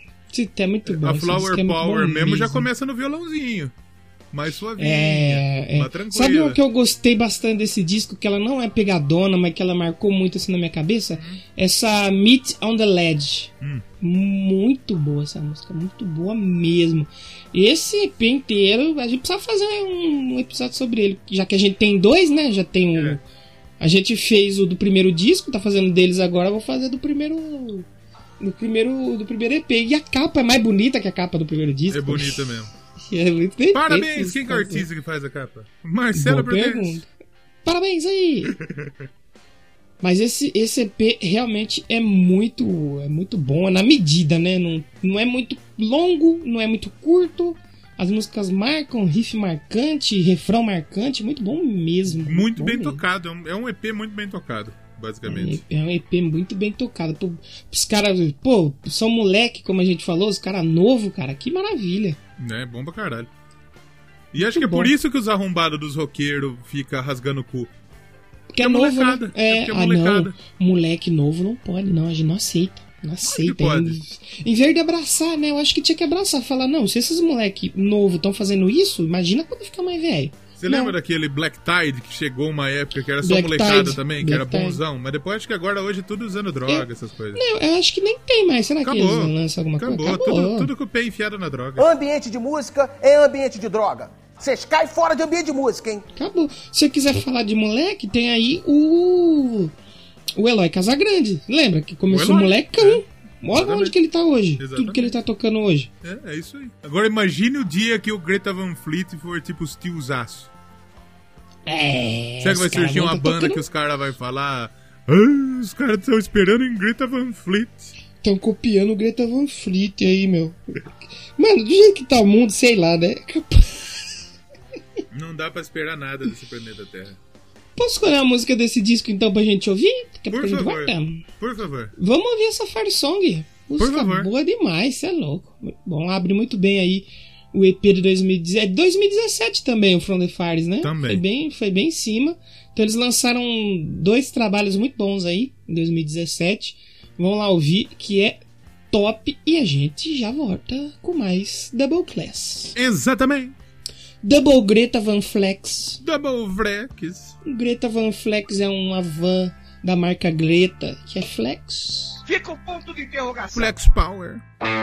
é muito bom. A Flower é Power mesmo, mesmo já começa no violãozinho. Mais suavinha, é, mais é. tranquila. Sabe o que eu gostei bastante desse disco? Que ela não é pegadona, mas que ela marcou muito assim na minha cabeça? Hum. Essa Meet on the Ledge. Hum. Muito boa essa música, muito boa mesmo. Esse E P inteiro, a gente precisa fazer um, um episódio sobre ele. Já que a gente tem dois, né? Já tem um... É. A gente fez o do primeiro disco, tá fazendo deles agora, eu vou fazer do primeiro... Do primeiro, do primeiro E P. E a capa é mais bonita que a capa do primeiro disco. É bonita mesmo. É muito bem. Parabéns! Quem que é o artista que faz a capa? Marcelo Bertens. Parabéns aí! Mas esse, esse E P realmente é muito, é muito bom, é na medida, né? Não, não é muito longo, não é muito curto. As músicas marcam, riff marcante, refrão marcante, muito bom mesmo. Muito, muito bem mesmo. tocado, é um E P muito bem tocado. Basicamente. É um E P muito bem tocado. Pô, os caras, pô, são moleque, como a gente falou, os caras novos, cara, que maravilha. É, bom pra caralho. E muito acho que é bom. Por isso que os arrombados dos roqueiros ficam rasgando o cu. Porque é, é novo, molecada. Né? É, é, é ah, não, moleque novo não pode, não, a gente não aceita. Não aceita. Pode. Em, em vez de abraçar, né, eu acho que tinha que abraçar, falar, não, se esses moleque novo estão fazendo isso, imagina quando ficar mais velho. Você lembra daquele Black Tide que chegou uma época que era só Black molecada Tide, também, que Black era Tide. bonzão? Mas depois acho que agora hoje tudo usando droga, é, essas coisas. Não, eu acho que nem tem mais. Será Acabou. que eles lançam alguma Acabou. coisa? Acabou, tudo, tudo com o pé enfiado na droga. Ambiente de música é ambiente de droga. Vocês caem fora de ambiente de música, hein? Acabou. Se você quiser falar de moleque, tem aí o... O Eloy Casagrande. Lembra que começou o molecão. É. Olha onde que ele tá hoje. Exatamente. Tudo que ele tá tocando hoje. É, é isso aí. Agora imagine o dia que o Greta Van Fleet for tipo os tiozaço. É, será que vai surgir uma tá banda tocando... que os caras vão falar ah, os caras estão esperando em Greta Van Fleet? Estão copiando o Greta Van Fleet aí, meu. Mano, do jeito que tá o mundo, sei lá, né? Não dá pra esperar nada desse planeta Terra. Posso escolher a música desse disco, então, pra gente ouvir? Daqui a Por pouco a gente favor, vai dar. por favor. Vamos ouvir essa Fire Song. Música Por favor. boa demais, cê é louco. Muito bom, abre muito bem aí o E P de dois mil e dezessete. É dois mil e dezessete também, o From the Fires, né? Também. Foi bem, foi bem em cima. Então eles lançaram dois trabalhos muito bons aí, em dois mil e dezessete. Vamos lá ouvir, que é top. E a gente já volta com mais Double Class. Exatamente. Double Greta Van Flex. Double Flex. Greta Van Flex é uma van da marca Greta, que é Flex. Fica o ponto de interrogação. Flex Power.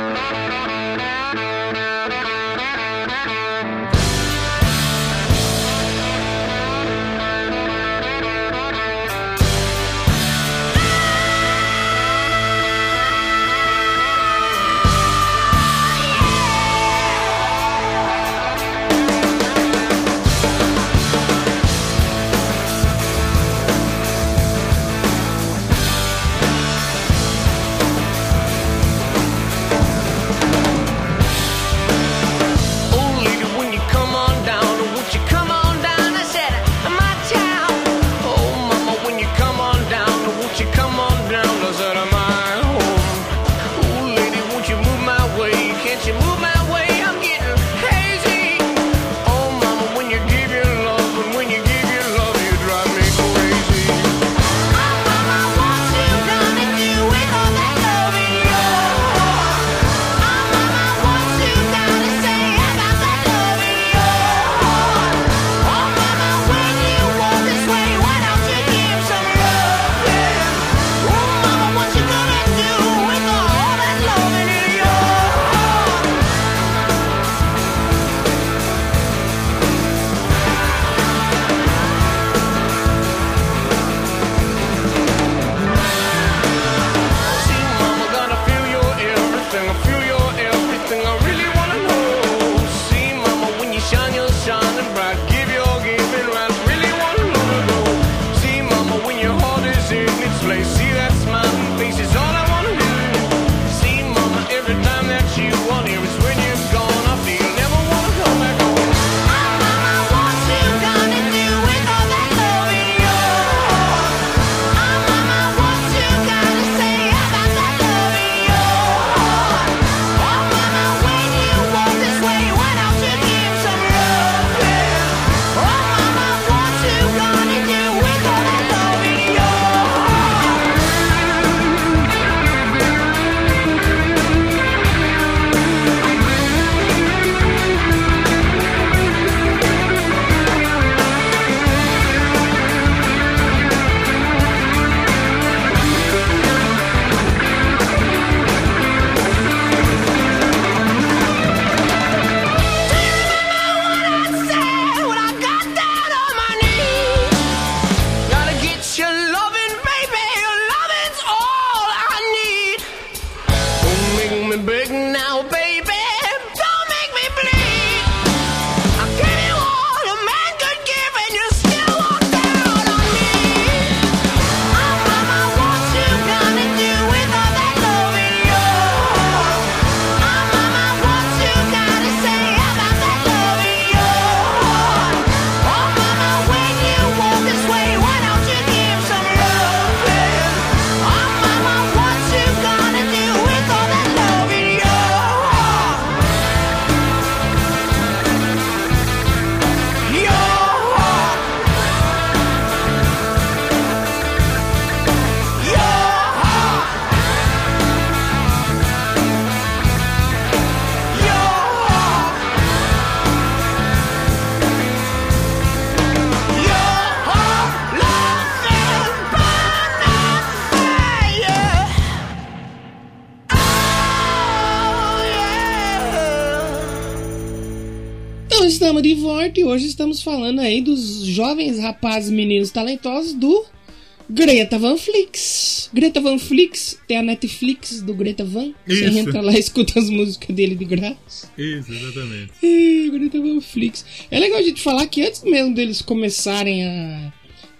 Estamos de volta e hoje estamos falando aí dos jovens rapazes meninos talentosos do Greta Van Flex. Greta Van Flex tem a Netflix do Greta Van. Isso. Você entra lá e escuta as músicas dele de graça. Isso, exatamente. É, Greta Van Flex. É legal a gente falar que antes mesmo deles começarem a,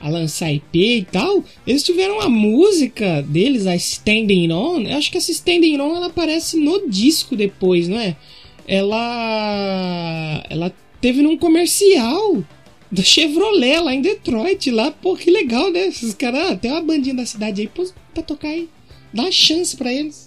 a lançar E P e tal, eles tiveram a música deles, a Standing On. Eu acho que essa Standing On ela aparece no disco depois, não é? Ela ela teve num comercial da Chevrolet lá em Detroit, lá, pô, que legal, né? Esses caras, ah, tem uma bandinha da cidade aí pô, pra tocar aí. Dá uma chance pra eles.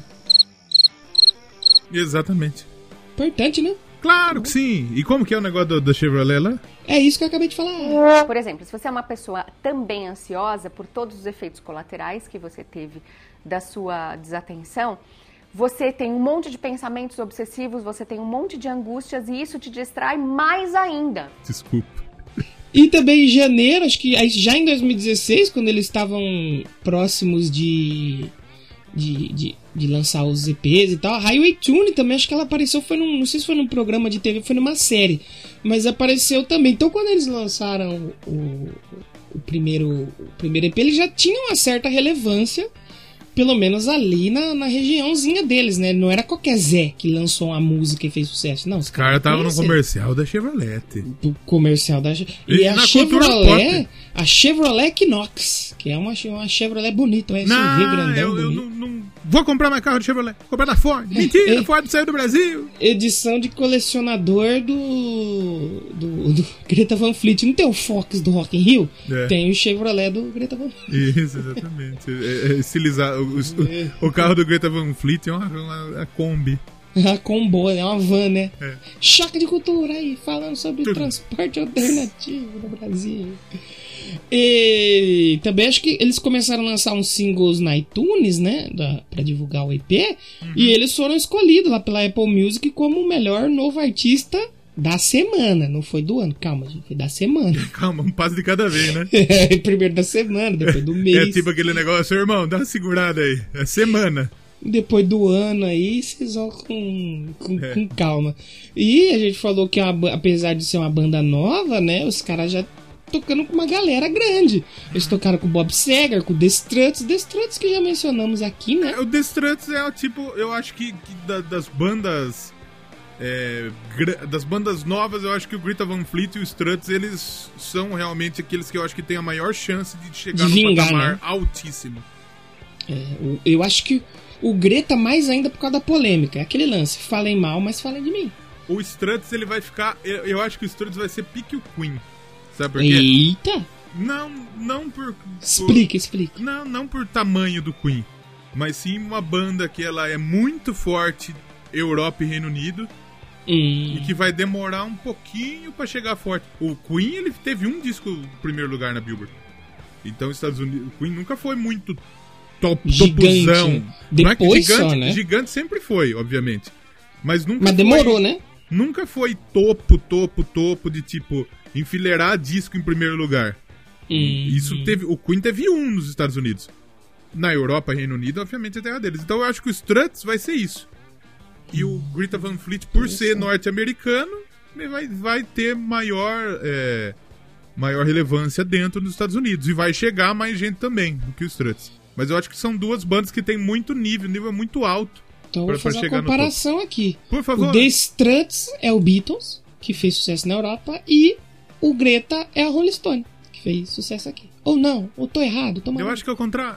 Exatamente. Importante, né? Claro que sim. E como que é o negócio do, do Chevrolet lá? É isso que eu acabei de falar. Por exemplo, se você é uma pessoa também ansiosa por todos os efeitos colaterais que você teve da sua desatenção, você tem um monte de pensamentos obsessivos, você tem um monte de angústias e isso te distrai mais ainda. Desculpa. E também em janeiro, acho que já em dois mil e dezesseis, quando eles estavam próximos de, de, de, de lançar os E Ps e tal, a Highway Tune também, acho que ela apareceu, foi num, não sei se foi num programa de T V, foi numa série, mas apareceu também. Então quando eles lançaram o, o, primeiro, o primeiro E P, eles já tinham uma certa relevância, pelo menos ali na, na regiãozinha deles, né? Não era qualquer Zé que lançou uma música e fez sucesso. Não, os caras estavam no comercial da Chevrolet. Do comercial da Chevrolet. E, e a Chevrolet, a Chevrolet Equinox, que é uma, uma Chevrolet bonita, um S U V não, grandão, eu, bonito. eu não, não vou comprar mais carro de Chevrolet, vou comprar da Ford. Mentira, a Ford saiu do Brasil. Edição de colecionador do, do, do Greta Van Fleet. Não tem o Fox do Rock in Rio? É. Tem o Chevrolet do Greta Van Fleet. Isso, exatamente. É, é estilizado. O, o, o carro do Greta Van Fleet é uma, uma, uma Kombi. A combo, é uma van, né? É. Choque de cultura aí, falando sobre Tudo. transporte alternativo no Brasil. E também acho que eles começaram a lançar uns singles na iTunes, né? Da, pra divulgar o E P. Uhum. E eles foram escolhidos lá pela Apple Music como o melhor novo artista da semana. Não foi do ano, calma, gente, foi da semana. Calma, um passo de cada vez, né? É, primeiro da semana, depois do mês. É tipo aquele negócio, irmão, dá uma segurada aí. É semana. Depois do ano aí, vocês vão com, com, é. com calma. E a gente falou que, é uma, apesar de ser uma banda nova, né? Os caras já tocando com uma galera grande. Eles tocaram com o Bob Seger, com o The Struts. The Struts que já mencionamos aqui, né? É, o The Struts é o tipo, eu acho que, que da, das bandas... É, das bandas novas, eu acho que o Greta Van Fleet e o Struts, eles são realmente aqueles que eu acho que tem a maior chance de chegar de num vingar, patamar né? altíssimo. É, eu acho que o Greta mais ainda por causa da polêmica. É aquele lance, falem mal, mas falem de mim. O Struts, ele vai ficar... Eu, eu acho que o Struts vai ser pique o Queen. Sabe por quê? Eita! Não, não por... Explica, por, explica. Não, não por tamanho do Queen, mas sim uma banda que ela é muito forte, Europa e Reino Unido, hum. e que vai demorar um pouquinho pra chegar forte. O Queen, ele teve um disco em primeiro lugar na Billboard. Então os Estados Unidos... O Queen nunca foi muito top, gigante. Topuzão. Depois não é que gigante, só, né? Gigante sempre foi, obviamente. Mas nunca Mas foi, demorou, né? Nunca foi topo, topo, topo de tipo... enfileirar disco em primeiro lugar. Hum. Isso teve... O Queen teve um nos Estados Unidos. Na Europa, Reino Unido, obviamente é terra deles. Então eu acho que o Struts vai ser isso. E o Greta Van Fleet, por isso. ser norte-americano, vai, vai ter maior, é, maior relevância dentro dos Estados Unidos. E vai chegar mais gente também do que o Struts. Mas eu acho que são duas bandas que tem muito nível, nível muito alto. Então pra, vou fazer uma comparação aqui. Por favor. O The Struts é o Beatles, que fez sucesso na Europa, e o Greta é a Rolling Stone, que fez sucesso aqui. Ou não, ou tô errado. Tô eu acho que é o contrário.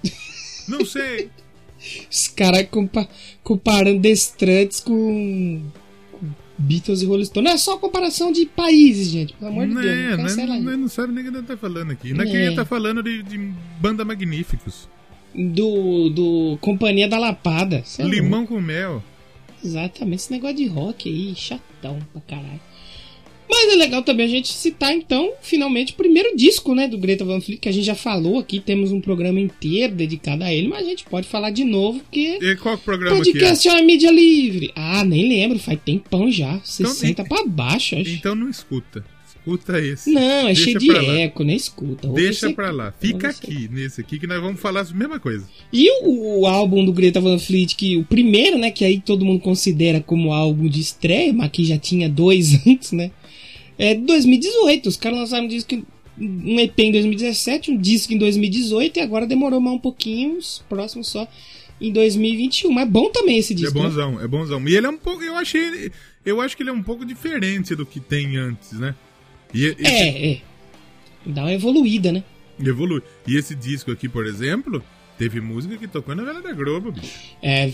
Não sei. Os caras compa comparando The Struts com... com Beatles e Rolling Stone. Não é só comparação de países, gente. Pelo amor de não, Deus. Não, não, não, não sabe nem o que a gente tá falando aqui. Não é que a gente tá falando de, de banda Magníficos. Do, do Companhia da Lapada. Limão com mel. Exatamente. Esse negócio de rock aí, chatão pra caralho. Mas é legal também a gente citar, então, finalmente, o primeiro disco, né, do Greta Van Fleet, que a gente já falou aqui, temos um programa inteiro dedicado a ele, mas a gente pode falar de novo, porque... E qual programa podcast que é? é uma mídia livre. Ah, nem lembro, faz tempão já, sessenta então, pra baixo, acho. Então não escuta, escuta esse. Não, é cheio de eco, nem escuta. Deixa pra lá, fica aqui, nesse aqui, que nós vamos falar a mesma coisa. E o, o álbum do Greta Van Fleet, que o primeiro, né, que aí todo mundo considera como álbum de estreia, mas que já tinha dois antes, né? É de dois mil e dezoito, os caras lançaram um disco, um E P em dois mil e dezessete, um disco em dois mil e dezoito e agora demorou mais um pouquinho, os próximos só em dois mil e vinte e um. Mas é bom também esse disco. É bonzão, né? É bonzão. E ele é um pouco, eu achei, eu acho que ele é um pouco diferente do que tem antes, né? E, esse, é, é. Dá uma evoluída, né? Evolui. E esse disco aqui, por exemplo, teve música que tocou na novela da Globo, bicho. É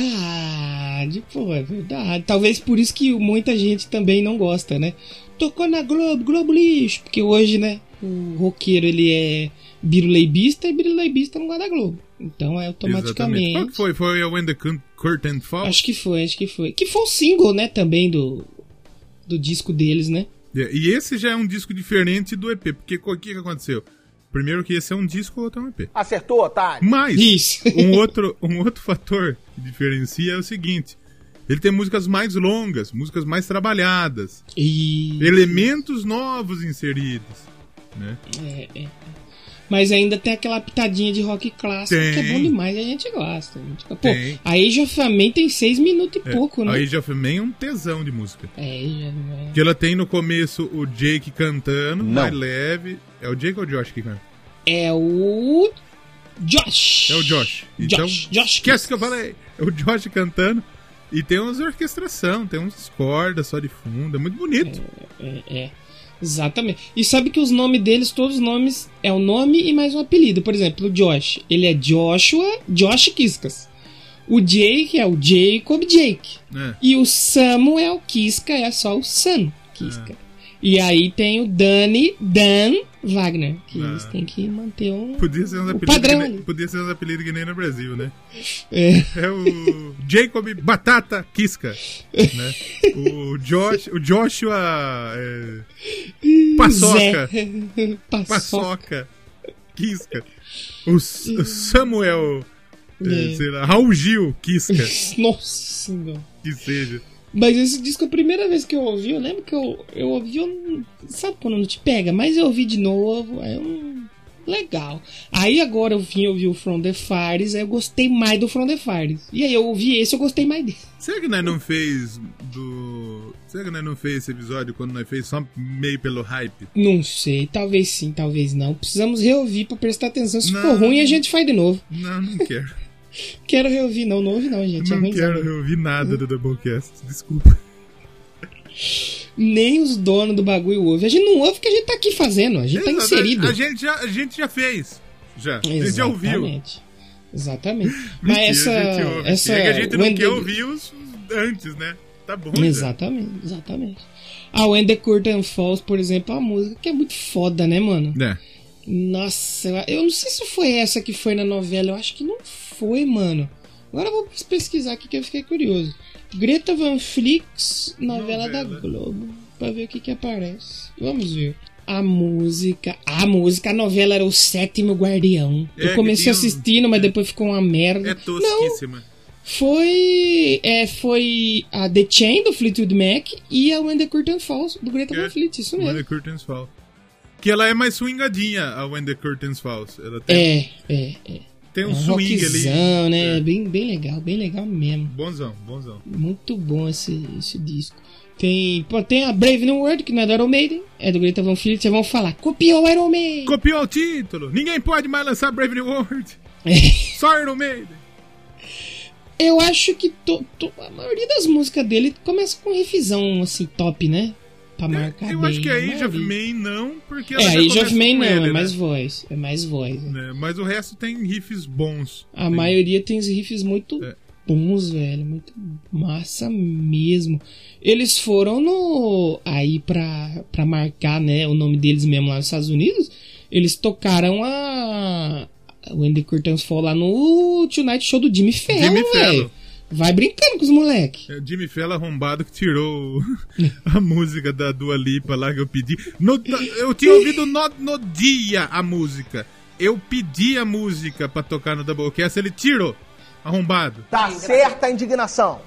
verdade, pô, é verdade. Talvez por isso que muita gente também não gosta, né? Tocou na Globo, Globo lixo. Porque hoje, né, o roqueiro, ele é biruleibista e biruleibista não gosta da Globo. Então é automaticamente... Exatamente. Qual que foi? Foi When the Curtain Falls? Acho que foi, acho que foi. Que foi o single, né, também do, do disco deles, né? É, e esse já é um disco diferente do E P, porque o que, que aconteceu? Primeiro que esse é um disco ou outro é um E P. Acertou, otário? Mas, Isso. um, outro, um outro fator que diferencia é o seguinte: ele tem músicas mais longas, músicas mais trabalhadas, E... elementos novos inseridos, né? É, é. Mas ainda tem aquela pitadinha de rock clássico Tem. que é bom demais, a gente gosta. A gente... Pô, Tem. a Age of Man tem seis minutos e É, pouco, né? A Age of Man é um tesão de música. É, já... Que ela tem no começo o Jake cantando, Não. mais leve. É o Jake ou o Josh que canta? É o... Josh. É o Josh. Então, Josh. Josh esquece que eu falei. É o Josh cantando. E tem umas orquestração, tem uns cordas só de fundo. É muito bonito. É, é. Exatamente. E sabe que os nomes deles, todos os nomes, é o nome e mais um apelido. Por exemplo, o Josh, ele é Joshua Josh Kiskas. O Jake é o Jacob Jake. É. E o Samuel Kiska é só o Sam Kiska. E aí tem o Dani Dan Wagner, que Ah. eles têm que manter um, Podia ser uns o apelidos padrão que ali. nem, podia ser uns apelidos que nem no Brasil, né? É. É o Jacob Batata Kiska, né? O Josh, o Joshua é, Paçoca, Zé. Paçoca. Paçoca Kiska. O, S- o Samuel, é, É. sei lá, Raul Gil Kiska, Nossa senhora. que seja. Mas esse disco, a primeira vez que eu ouvi, eu lembro que eu, eu ouvi, eu não- sabe quando não te pega? Mas eu ouvi de novo, é um... legal. Aí agora eu vim ouvir o From the Fires, aí eu gostei mais do From the Fires. E aí eu ouvi esse, eu gostei mais dele. Será que nós não fez do... Será que nós não fez esse episódio quando nós fez só meio pelo hype? Não sei, talvez sim, talvez não. Precisamos reouvir pra prestar atenção. Se Não. for ruim, a gente faz de novo. Não, não quero. Quero reouvir, não, não ouve não, gente. É Não ruimzão. quero ouvir nada do Doublecast, desculpa. Nem os donos do bagulho ouvem. A gente não ouve porque a gente tá aqui fazendo, a gente tá Exato, inserido. A gente já, a gente já fez. Já. A gente já ouviu. Exatamente. Exatamente. Mas Mentira, essa. a gente ouve. essa É que a gente não When quer the- ouvir os os antes, né? Tá bom. já. Exatamente, exatamente. A When the Curtain Falls, por exemplo, é uma música que é muito foda, né, mano? É. Nossa, eu- eu não sei se foi essa que foi na novela, eu acho que não foi, mano. Agora eu vou pesquisar aqui que eu fiquei curioso. Greta Van Flix, novela, Novela. da Globo, pra ver o que que aparece. Vamos ver. A música, a música, a novela era O Sétimo Guardião. É, eu que comecei tinha um- assistindo, mas depois ficou uma merda. É tosquíssima. Foi, é, foi a The Chain do Fleetwood Mac e a When the Curtain Falls do Greta É. Van Fleet, isso When mesmo. the Curtains Fall. Que ela é mais swingadinha, a When the Curtains Falls. Ela tem, É, é, é. tem um um swing ali. rockzão, né? É. Bem, bem legal, bem legal mesmo. Bonzão, bonzão. Muito bom esse, esse disco. Tem, pô, tem a Brave New World, que não é do Iron Maiden, é do Greta Van Fleet. Vocês vão falar, copiou o Iron Maiden. Copiou o título. Ninguém pode mais lançar Brave New World. Só Iron Maiden. Eu acho que to, to- a maioria das músicas dele começa com riffzão, assim, top, né? Pra marcar Eu bem. acho que a Age of maioria. Man não, porque É, ela a já Age começa of Man com não, ele, é mais né? voz. É mais voz. né? Né, mas o resto tem riffs bons. A Tem- maioria tem os riffs muito É. bons, velho. Muito massa mesmo. Eles foram no. Aí pra, pra marcar, né, o nome deles mesmo lá nos Estados Unidos. Eles tocaram a. O When the Curtains Fall lá no Tonight Show do Jimmy Fallon, Jimmy velho. Fallon. Vai brincando com os moleques. É o Jimmy Fallon arrombado que tirou o- a música da Dua Lipa lá que eu pedi. No- eu tinha ouvido no, no dia a música. Eu pedi a música pra tocar no Doublecast, ele tirou. Arrombado. Tá certa a indignação.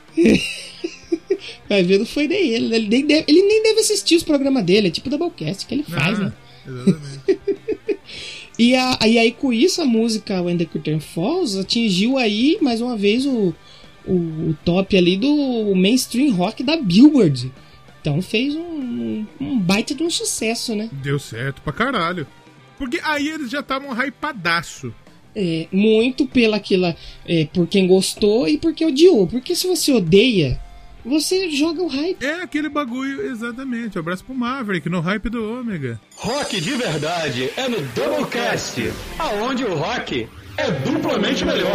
Vai ver, não foi nem ele. Ele nem deve, ele nem deve assistir os programas dele. É tipo o Doublecast que ele faz, Ah, né? Exatamente. E, a, e aí com isso a música When the Curtain Falls atingiu aí mais uma vez o, o, o top ali do mainstream rock da Billboard. Então fez um, um baita de um sucesso, né? Deu certo pra caralho. Porque aí eles já estavam hypadaço. É, muito pela aquela, é, por quem gostou e porque odiou. Porque se você odeia, Você joga o hype. É aquele bagulho, exatamente. Um abraço pro Maverick, no hype do Ômega. Rock de verdade é no Doublecast, aonde o rock é duplamente melhor.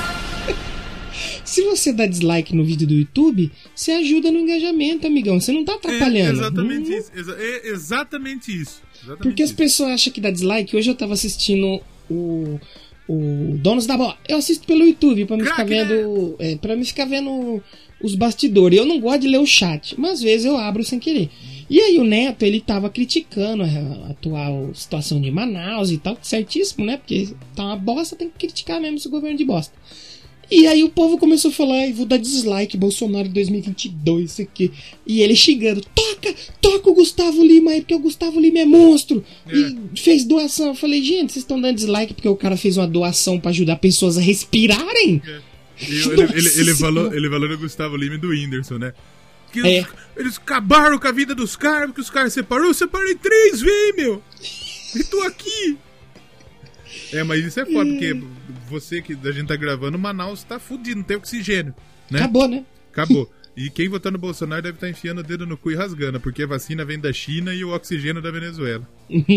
Se você dá dislike no vídeo do YouTube, você ajuda no engajamento, amigão. Você não tá atrapalhando. É exatamente hum. isso. Exa- é exatamente isso. Exatamente Porque isso. as pessoas acham que dá dislike. Hoje eu tava assistindo o, o Donos da Bola. Eu assisto pelo YouTube pra me Crack, ficar vendo. Né? É, pra me ficar vendo os bastidores. Eu não gosto de ler o chat, mas às vezes eu abro sem querer. E aí o Neto, ele tava criticando a atual situação de Manaus e tal, certíssimo, né? Porque tá uma bosta, tem que criticar mesmo esse governo de bosta. E aí o povo começou a falar, vou dar dislike, Bolsonaro em dois mil e vinte e dois, isso aqui. E ele xingando, toca, toca o Gustavo Lima aí, porque o Gustavo Lima é monstro. É. E fez doação. Eu falei, gente, vocês estão dando dislike porque o cara fez uma doação pra ajudar pessoas a respirarem? É. Eu, ele, ele, ele, falou, ele falou do Gustavo Lima e do Whindersson, né? Que é. eles, eles acabaram com a vida dos caras, porque os caras separaram. Eu separei três, vem, meu! E tô aqui! É, mas isso é foda, porque você que a gente tá gravando, Manaus tá fudido, não tem oxigênio, né? Acabou, né? Acabou. E quem votar no Bolsonaro deve estar enfiando o dedo no cu e rasgando, porque a vacina vem da China e o oxigênio da Venezuela.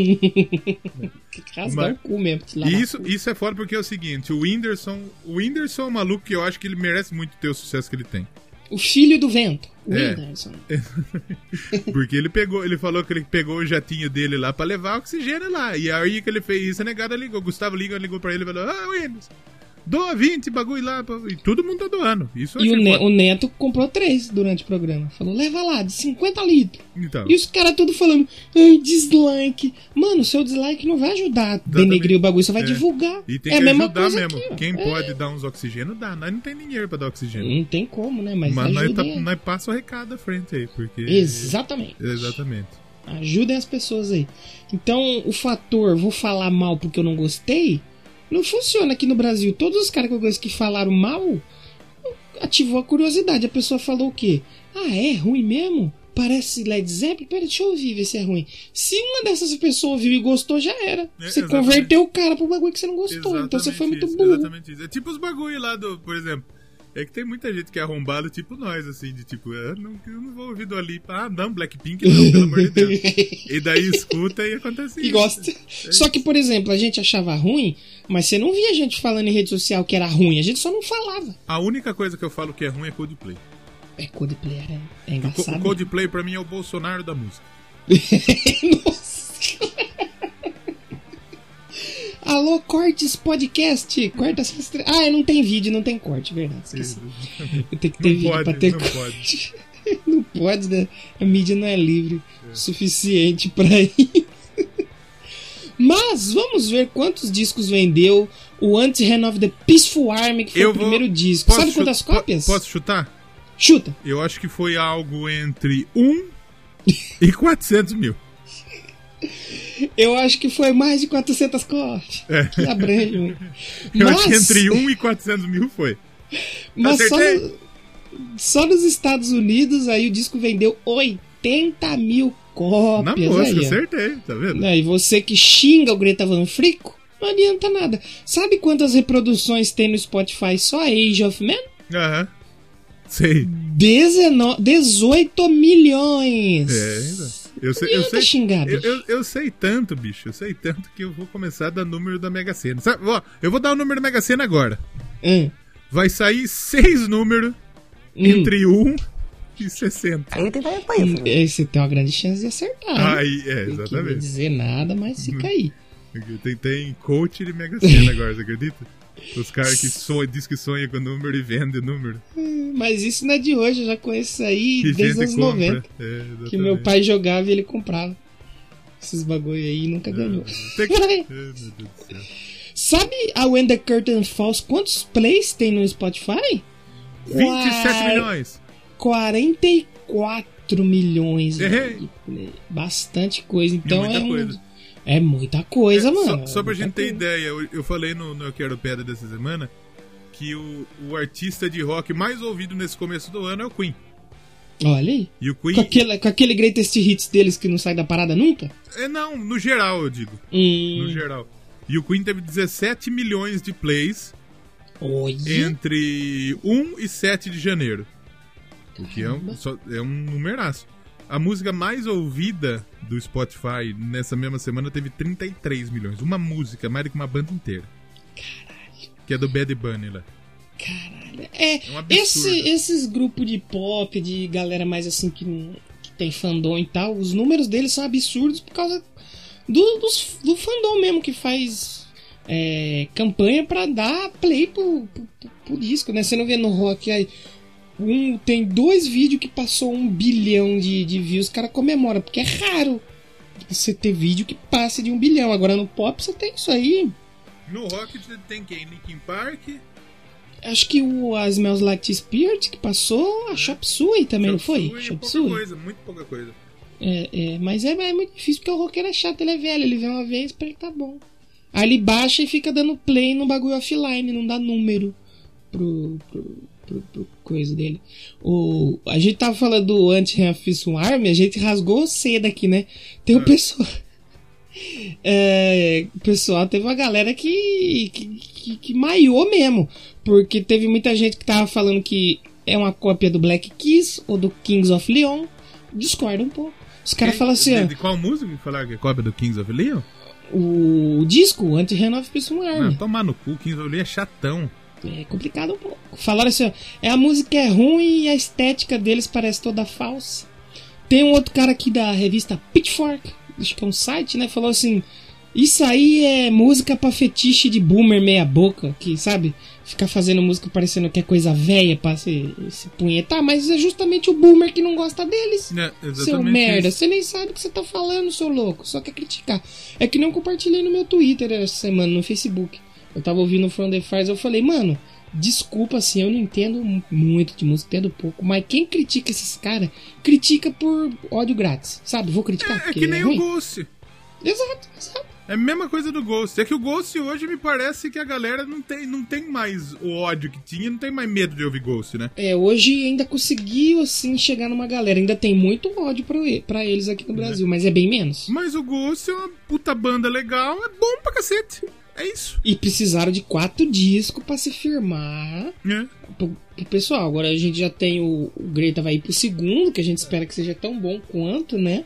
Rasgar o cu mesmo. E isso, isso é foda porque é o seguinte, o Whindersson, o Whindersson é um maluco que eu acho que ele merece muito ter o sucesso que ele tem. O filho do vento, o é. Whindersson. Porque ele pegou, ele falou que ele pegou o jatinho dele lá pra levar oxigênio lá. E aí que ele fez isso, a negada ligou. Gustavo Liga ligou pra ele e falou: Ah, Whindersson, doa vinte bagulho lá. E todo mundo tá doando. Isso e o, ne- o Neto comprou três durante o programa. Falou: leva lá, de cinquenta litros. Então. E os caras tudo falando: ai, dislike. Mano, seu dislike não vai ajudar a denegrir o bagulho, só vai é. divulgar. E tem é que a mesma ajudar coisa mesmo. aqui, Quem é. pode dar uns oxigênio, dá. Nós não tem dinheiro pra dar oxigênio. Não tem como, né? Mas, Mas nós, tá, aí. nós passa o recado à frente aí. Porque... Exatamente. Exatamente. Ajudem as pessoas aí. Então, o fator vou falar mal porque eu não gostei não funciona aqui no Brasil. Todos os caras que eu conheço que falaram mal ativou a curiosidade. A pessoa falou o quê? Ah, é ruim mesmo? Parece Led Zeppelin? Pera, deixa eu ouvir, ver se é ruim. Se uma dessas pessoas viu e gostou, já era. É, você exatamente. Converteu o cara pro bagulho que você não gostou. Exatamente então você foi muito isso, burro. Exatamente isso. É tipo os bagulho lá do, por exemplo, é que tem muita gente que é arrombado, tipo nós, assim, de tipo, eu não, eu não vou ouvir do Ali. Ah, não, Blackpink não, pelo amor de Deus. E daí escuta e acontece e isso. E gosta. É só que, por exemplo, a gente achava ruim, mas você não via a gente falando em rede social que era ruim, a gente só não falava. A única coisa que eu falo que é ruim é Coldplay. É, Coldplay é, é engraçado. O Coldplay pra mim é o Bolsonaro da música. Nossa. Alô, Cortes Podcast. Corta essas tre... Ah, não tem vídeo, não tem corte, verdade. Esqueci. Eu tenho que ter não vídeo pode, pra ter não corte. Pode. Não pode, né? A mídia não é livre o é. suficiente pra isso. Mas vamos ver quantos discos vendeu o Anti-Hand of the Peaceful Army, que foi Eu o primeiro vou... disco. Posso Sabe quantas chu... cópias? Posso chutar? Chuta. Eu acho que foi algo entre um e quatrocentos mil. Eu acho que foi mais de quatrocentas cópias. É. Que abrange. Eu Mas... acho que entre um e quatrocentos mil foi. Mas só, só nos Estados Unidos aí o disco vendeu oitenta mil cópias. Na mosca, aí, acertei, tá vendo? E você que xinga o Greta Van Frico, não adianta nada. Sabe quantas reproduções tem no Spotify só Age of Man? Aham. Sei. dezenove, dezoito milhões. É, eu sei, eu sei, xingar, eu, eu, eu sei tanto, bicho. Eu sei tanto que eu vou começar a dar número da Mega Sena. Sabe, ó, eu vou dar o número da Mega Sena agora. Hum. Vai sair seis números hum. entre um e sessenta. Aí tem talento pra isso. Né? Aí você tem uma grande chance de acertar. Aí, é, exatamente. Não queria dizer nada, mas fica aí. Tem, tem coach de Mega Sena agora, você acredita? Os caras que sonham, diz que sonham com número e vendem número. Mas isso não é de hoje, eu já conheço isso aí que desde os anos noventa. É, que meu pai jogava e ele comprava. Esses bagulho aí e nunca é, ganhou. Tem que... é, meu Deus do céu. Sabe a When the Curtain Falls quantos plays tem no Spotify? vinte e sete milhões. quarenta e quatro milhões. Errei. Bastante coisa. Então muita é um... coisa. É muita coisa, é, mano. Só, só pra é gente ter coisa. ideia, eu, eu falei no, no Eu Quero Pedra dessa semana que o, o artista de rock mais ouvido nesse começo do ano é o Queen. Olha aí. E o Queen... Com aquele, com aquele greatest hits deles que não sai da parada nunca? É, não, no geral eu digo. Hum. No geral. E o Queen teve dezessete milhões de plays Oi. entre um e sete de janeiro. O que é um, só, é um numeraço. A música mais ouvida do Spotify nessa mesma semana teve trinta e três milhões. Uma música, mais do que uma banda inteira. Caralho. Que é do Bad Bunny lá. Caralho. É, é um esse, esses grupos de pop, de galera mais assim que, que tem fandom e tal, os números deles são absurdos por causa do, dos, do fandom mesmo que faz é, campanha pra dar play pro, pro, pro, pro disco, né? Você não vê no rock aí. Um, tem dois vídeos que passou um bilhão de, de views, o cara comemora, porque é raro você ter vídeo que passe de um bilhão. Agora no pop você tem isso aí. No rock você tem quem? Linkin Park? Acho que o a Smells Like Teen Spirit que passou, a Chop Suey também, Chop não foi? Suey, Chop pouca Suey. coisa, muito pouca coisa. É, é, mas é, é muito difícil porque o roqueiro é chato, ele é velho, ele vê uma vez pra ele tá bom. Aí ele baixa e fica dando play no bagulho offline, não dá número pro... pro... Pro, pro coisa dele. O, a gente tava falando do Anti-Racism Army, a gente rasgou cedo aqui, né? Tem o é. pessoal. É, o pessoal teve uma galera que, que, que, que maiou mesmo. Porque teve muita gente que tava falando que é uma cópia do Black Keys ou do Kings of Leon. Discorda um pouco. Os caras falam assim: de, ó, de qual música que falaram que é cópia do Kings of Leon? O, o disco, Anti-Racism Army. Não, tomar no cu, Kings of Leon é chatão. É complicado um pouco. Falaram assim, ó, é, a música é ruim e a estética deles parece toda falsa. Tem um outro cara aqui da revista Pitchfork, acho que é um site, né? Falou assim, isso aí é música pra fetiche de boomer meia boca, que, sabe, ficar fazendo música parecendo que é coisa velha pra se, se punhetar, mas é justamente o boomer que não gosta deles. É, seu merda, isso. Você nem sabe o que você tá falando, seu louco, só quer criticar. É que nem eu compartilhei no meu Twitter essa semana, no Facebook. Eu tava ouvindo o From the Fires, eu falei, mano, desculpa assim, eu não entendo muito de música, entendo pouco, mas quem critica esses caras, critica por ódio grátis, sabe? Vou criticar. É, é que nem é o Ghost. Exato, exato. É a mesma coisa do Ghost. É que o Ghost hoje me parece que a galera não tem, não tem mais o ódio que tinha, não tem mais medo de ouvir Ghost, né? É, hoje ainda conseguiu, assim, chegar numa galera. Ainda tem muito ódio pra, pra eles aqui no Brasil, é. mas é bem menos. Mas o Ghost é uma puta banda legal, é bom pra cacete. É isso. E precisaram de quatro discos pra se firmar é. pro, pro pessoal. Agora a gente já tem o, o Greta vai ir pro segundo, que a gente espera que seja tão bom quanto, né?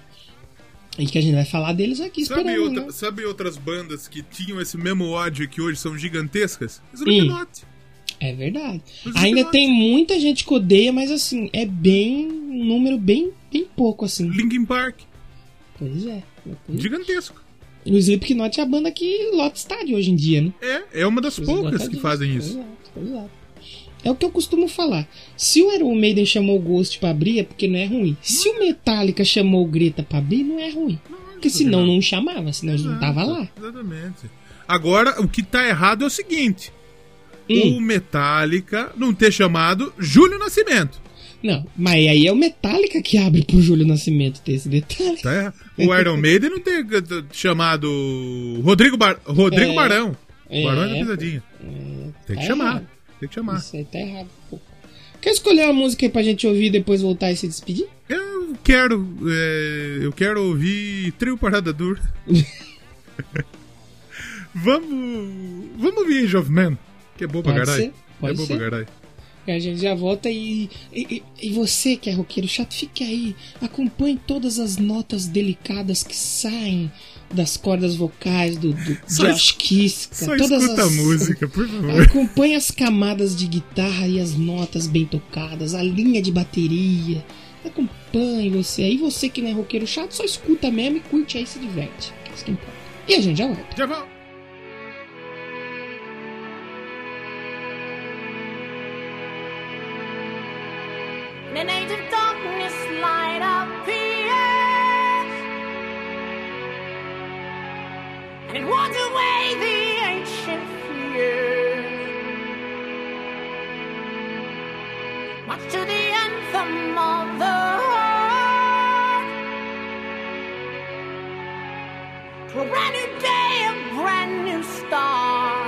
E que a gente vai falar deles aqui, sabe esperando, outra, né? Sabe outras bandas que tinham esse mesmo ódio que hoje são gigantescas? Slipknot. Hum, é verdade. Ainda tem muita gente que odeia, mas assim, é bem... um número bem, bem pouco, assim. Linkin Park. Pois é. Pois gigantesco. O Slipknot é a banda que lota estádio hoje em dia, né? É, é uma das Os poucas que fazem isso. Exato, exato. É o que eu costumo falar. Se o Iron Maiden chamou o Ghost pra abrir, é porque não é ruim. Se o Metallica chamou o Greta pra abrir, não é ruim. Não, porque senão não chamava, senão eles não tava lá. Exatamente. Agora, o que tá errado é o seguinte. Hum. O Metallica não ter chamado Júlio Nascimento. Não, mas aí é o Metallica que abre pro Júlio Nascimento ter esse detalhe. Tá errado. O Iron Maiden não ter chamado Rodrigo, Bar... Rodrigo é, Barão. É, Barão é da Pisadinha. É, Tem que tá chamar. Errado. Tem que chamar. Isso aí tá errado um pouco. Quer escolher uma música aí pra gente ouvir e depois voltar e se despedir? Eu quero. É, eu quero ouvir Trio Parada Dura. vamos. Vamos ouvir Age of Man, que é bom pra caralho. É bom pra caralho. A gente já volta e, e, e você que é roqueiro chato, fique aí, acompanhe todas as notas delicadas que saem das cordas vocais do, do só Josh Kiska. Só todas escuta as, a música, por favor. Acompanhe as camadas de guitarra e as notas bem tocadas, a linha de bateria. Acompanhe você aí, você que não é roqueiro chato, só escuta mesmo e curte aí e se diverte. É isso que importa. E a gente já volta. Já volta. In an age of darkness, light appears, and it wards away the ancient fears. Much to the anthem of the heart, to a brand new day, a brand new start.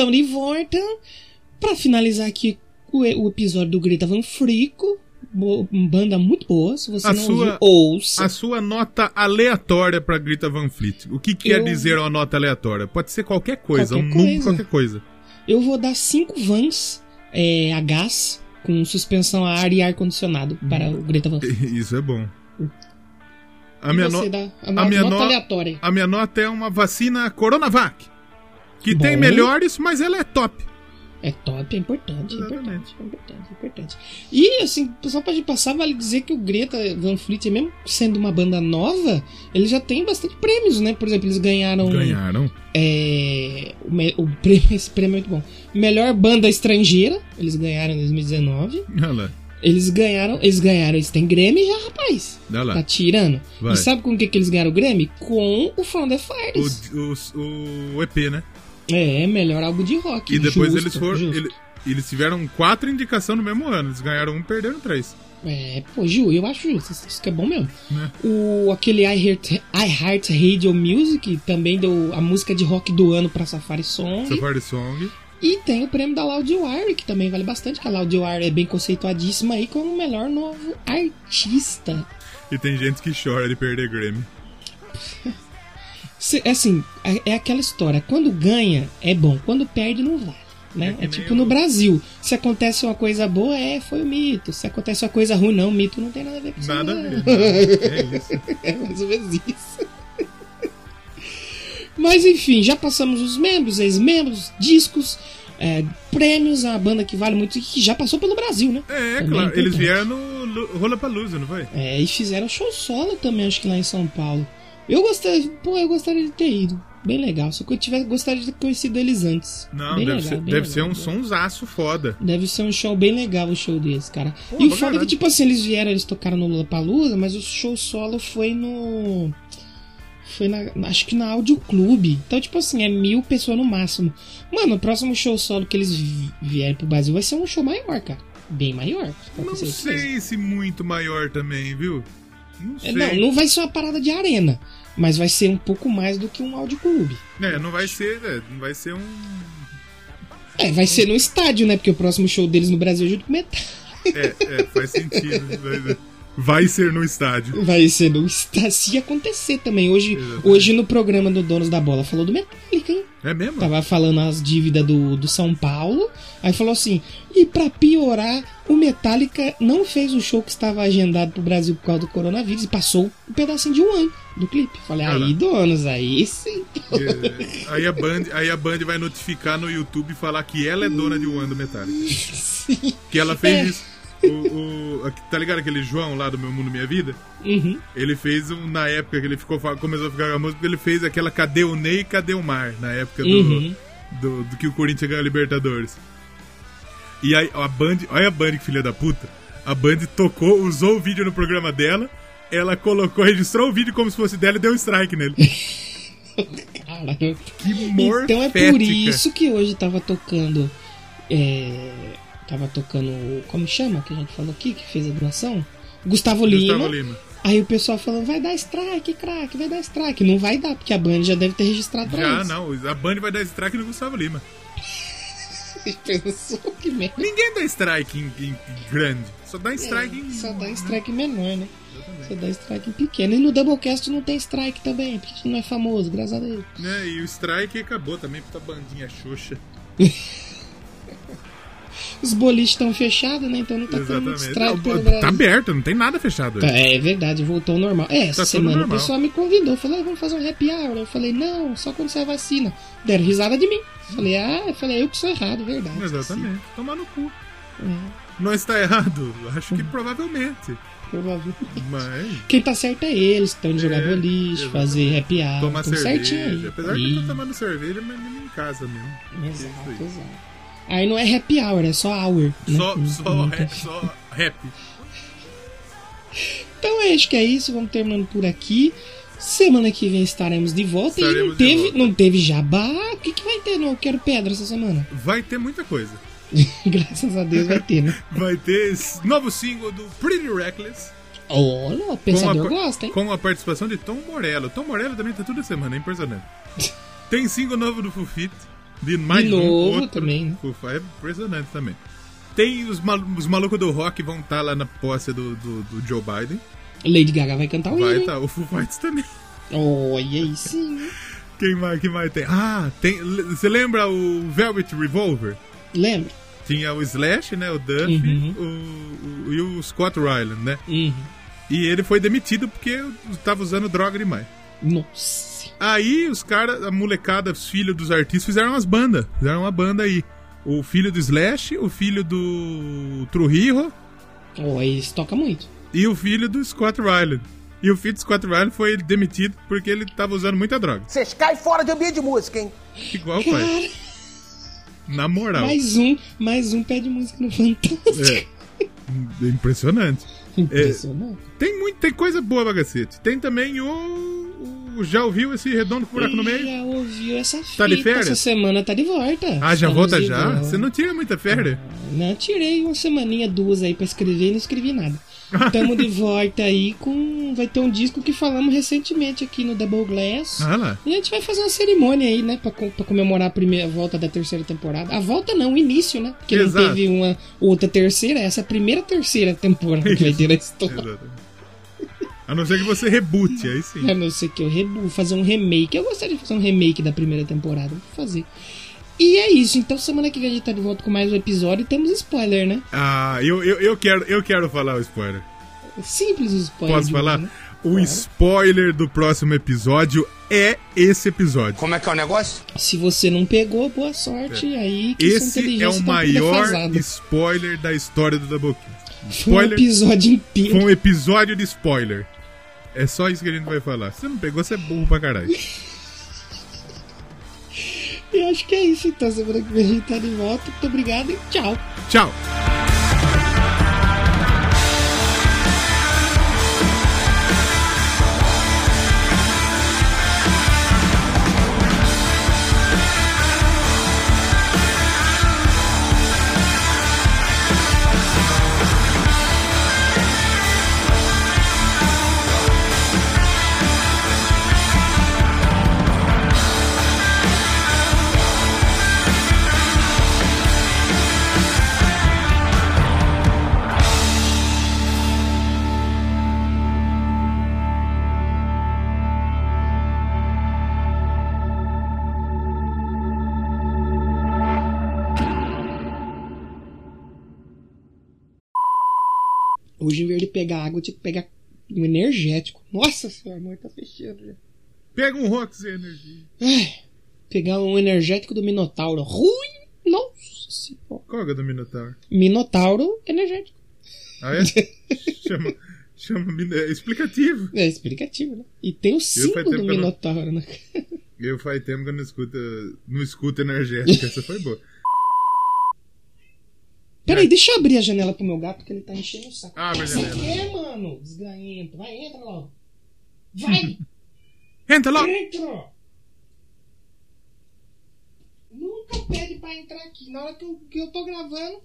estamos de volta pra finalizar aqui o, o episódio do Greta Van Frico. Bo- banda muito boa, se você A não sua- ouviu, ouça. A sua nota aleatória pra Greta Van Fleet. O que quer Eu- dizer uma nota aleatória? Pode ser qualquer coisa, Qualquer um número, coisa. qualquer coisa. Eu vou dar cinco vans é, a gás com suspensão a ar e ar-condicionado para o Greta Van Fleet. Isso é bom. A E minha, você no- dá a, a no- minha nota no- aleatória. a minha nota é uma vacina Coronavac. Que Bom. tem melhores, mas ela é top. É top, é importante, é Exatamente. importante, é importante, é importante. E, assim, só pra gente passar, vale dizer que o Greta Van Fleet, mesmo sendo uma banda nova, ele já tem bastante prêmios, né? Por exemplo, eles ganharam... Ganharam. É, o, me- o prêmio, esse prêmio é muito bom. Melhor banda estrangeira, eles ganharam em dois mil e dezenove. Olha lá. Eles ganharam, eles ganharam, eles têm Grammy já, rapaz. Olha lá. Tá tirando. Vai. E sabe com o que, que eles ganharam o Grammy? Com o From the Fires. O, o, o E P, né? É, melhor álbum de rock. E depois Justo, eles foram. justo. ele- eles tiveram quatro indicações no mesmo ano. Eles ganharam um e perderam três. É, pô, Ju, eu acho justo. Isso isso que é bom mesmo. Né? O, aquele I Heart, I Heart Radio Music também deu a música de rock do ano pra Safari Song. Safari Song. E tem o prêmio da Loudwire, que também vale bastante, que a Loudwire é bem conceituadíssima aí como o melhor novo artista. E tem gente que chora de perder Grammy. Cê- assim, é, é aquela história, quando ganha é bom, quando perde não vale. Né? É É, que nem tipo o- no Brasil, se acontece uma coisa boa, é, foi o mito. Se acontece uma coisa ruim, não, o mito não tem nada a ver com isso. Nada a não. ver. É isso. É mais ou menos isso. Mas enfim, já passamos os membros, ex-membros, discos, é, prêmios, a banda que vale muito e que já passou pelo Brasil, né? É, Também claro. é Eles importante. vieram no Lu- Lollapalooza, não foi? É, e fizeram show solo também, acho que lá em São Paulo. Eu gostaria, pô, eu gostaria de ter ido. Bem legal, só que eu tivesse gostaria de ter conhecido eles antes. Não, bem deve, legal, ser, bem deve legal, ser um bem- sonsaço foda. Deve ser um show bem legal o show deles, cara. Pô, e o pra foda é que, caralho. tipo assim, eles vieram, eles tocaram no Lollapalooza, mas o show solo foi no... Foi na... Acho que na Audio Clube. Então, tipo assim, é mil pessoas no máximo. Mano, o próximo show solo que eles vi- vierem pro Brasil vai ser um show maior, cara. Bem maior. pode Não ter certeza. sei se muito maior também, viu? Não sei. É, não, não vai ser uma parada de arena, mas vai ser um pouco mais do que um Audio Clube. É, não vai ser, é, não vai ser um... É, vai ser no estádio, né? Porque o próximo show deles no Brasil é junto com o Metal. É, é, faz sentido. Vai, vai ser no estádio. Vai ser no estádio. Se acontecer também. Hoje, Exatamente. hoje no programa do Donos da Bola falou do Metallica, hein? É mesmo? Tava falando as dívidas do, do São Paulo. Aí falou assim: e pra piorar, o Metallica não fez o show que estava agendado pro Brasil por causa do coronavírus e passou um pedacinho de um ano do clipe. Falei, Ah lá. aí, donos, aí sim. É, aí, a Band, aí a Band vai notificar no YouTube e falar que ela é dona de One do Metallica. Que ela fez É. isso. O, o- tá ligado aquele João lá do Meu Mundo Minha Vida? Uhum. Ele fez um, na época que ele ficou, fa- começou a ficar famoso, porque ele fez aquela Cadê o Ney, Cadê o Mar? Na época do, Uhum. do, do que o Corinthians ganhou a Libertadores. E aí a Band, olha a Band que filha da puta. A Band tocou, usou o vídeo no programa dela, ela colocou, registrou o vídeo como se fosse dela e deu um strike nele. Caralho. Que morfética. Então é por isso que hoje tava tocando. É, tava tocando. Como chama que a gente falou aqui, que fez a doação? Gustavo Lima. Gustavo Lima. Aí o pessoal falando, vai dar strike, craque, vai dar strike. Não vai dar, porque a Band já deve ter registrado pra Já isso. não, a Band vai dar strike no Gustavo Lima. Pensou que merda. Ninguém dá strike em, em- em grande, só dá strike em. Só dá strike menor, né? Só dá strike em pequeno. E no Doublecast não tem strike também, porque a gente não é famoso, graças a Deus. Né, e o strike acabou também, porque tá bandinha xoxa. Os boliches estão fechados, né? Então não tá tendo muito Exatamente. strike Não, pelo tá Brasil. aberto, não tem nada fechado. Tá, é verdade, voltou ao normal. É, essa Tá tudo semana normal. o pessoal me convidou, falou, ah, vamos fazer um happy hour. Eu falei, não, só quando sai a vacina. Deram risada de mim. Falei, ah, eu falei, eu que sou errado, verdade. Exatamente. Tomar no cu. É, Não está errado? Acho que provavelmente. provavelmente. Mas. Quem tá certo é eles, que estão de jogar É, boliche, exatamente. fazer happy hour. Tomar tão certinho cerveja. aí. Apesar de que eu Ih, tô tomando cerveja, mas nem em casa mesmo. Exato, Isso aí. exato. Aí não é happy hour, é só hour. Né? Só, Não- só, não rap, tem- só rap. Então é, acho que é isso, vamos terminando por aqui. Semana que vem estaremos de volta. e Estaremos não de teve, volta. não teve jabá. O que, que vai ter no Eu Quero Pedra essa semana? Vai ter muita coisa. Graças a Deus vai ter, né? Vai ter esse novo single do Pretty Reckless. Olha, o Com pensador a, gosta, hein? com a participação de Tom Morello. Tom Morello também tá toda semana, é impressionante. Tem single novo do Foo Fighters. De mais De um novo outro. também, né? Foo Fighters é impressionante também. Tem os, mal, os malucos do rock vão estar lá na posse do, do, do Joe Biden. Lady Gaga vai cantar o hino. Vai hein? estar. O Foo Fighters também. Olha aí sim. Quem mais, quem mais tem? Ah, tem. Você lembra o Velvet Revolver? Lembra? Tinha o Slash, né? O Duff Uhum. o, o, e o Scott Weiland, né? Uhum. E ele foi demitido porque tava usando droga demais. Nossa. Aí os caras, a molecada, os filhos dos artistas fizeram umas bandas. Fizeram uma banda aí. O filho do Slash, o filho do Trujillo Oh, eles tocam muito. e o filho do Scott Weiland. E o filho do Scott Weiland foi demitido porque ele tava usando muita droga. Vocês caem fora de ambiente de música, hein? Igual o pai. Na moral. Mais um, mais um pé de música no Fantástico. É. É impressionante. Impressionante. Tem muito, tem coisa boa pra cacete. Tem também o, o... Já ouviu esse Redondo com Buraco no Meio? Já ouviu essa Tá de fita, férias? essa semana tá de volta. Ah, já Estamos volta de já? volta. Você não tinha muita férias? Não, tirei uma semaninha, duas aí pra escrever e não escrevi nada. Tamo de volta aí com... Vai ter um disco que falamos recentemente aqui no Double Glass. Ah lá. E a gente vai fazer uma cerimônia aí, né? Pra, co- pra comemorar a primeira volta da terceira temporada. A volta não, o início, né? Porque Exato. não teve uma outra terceira. Essa é a primeira terceira temporada que vai ter na história. Exatamente. A não ser que você rebute, aí sim. A não ser que eu re- vou fazer um remake. Eu gostaria de fazer um remake da primeira temporada. Vou fazer. E é isso. Então semana que vem a gente tá de volta com mais um episódio. E temos spoiler, né? Ah, eu, eu, eu, quero, eu quero falar o spoiler. Simples o spoiler. Posso de falar? hoje, né? O spoiler do próximo episódio é esse episódio. Como é que é o negócio? Se você não pegou, boa sorte. Aí que sua Esse é inteligência o tá maior defasada. spoiler da história do Doublecast. Foi um Spoiler episódio inteiro. foi um episódio de spoiler. É só isso que a gente vai falar. Se você não pegou, você é burro pra caralho. E acho que é isso. Então semana que vem a gente tá de volta. Muito obrigado e tchau. Tchau. Hoje, em vez de pegar água, eu tinha que pegar um energético. Nossa senhora, amor, tá fechando já. Pega um Rox Energy. Ai, pegar um energético do Minotauro. Ruim! Nossa senhora. Qual que é do Minotauro? Minotauro energético. Ah, é? chama, chama Min- é explicativo. É explicativo, né? E tem o faz símbolo tempo do que eu não- Minotauro, né? Eu faz tempo que eu não escuto, não escuto energética. Essa foi boa. Peraí, deixa eu abrir a janela pro meu gato, porque ele tá enchendo o saco. Abre a Você janela. quer, mano? Desganhento. Vai, entra logo. Vai! Entra lá. Entra! Nunca pede pra entrar aqui. Na hora que eu, que eu tô gravando.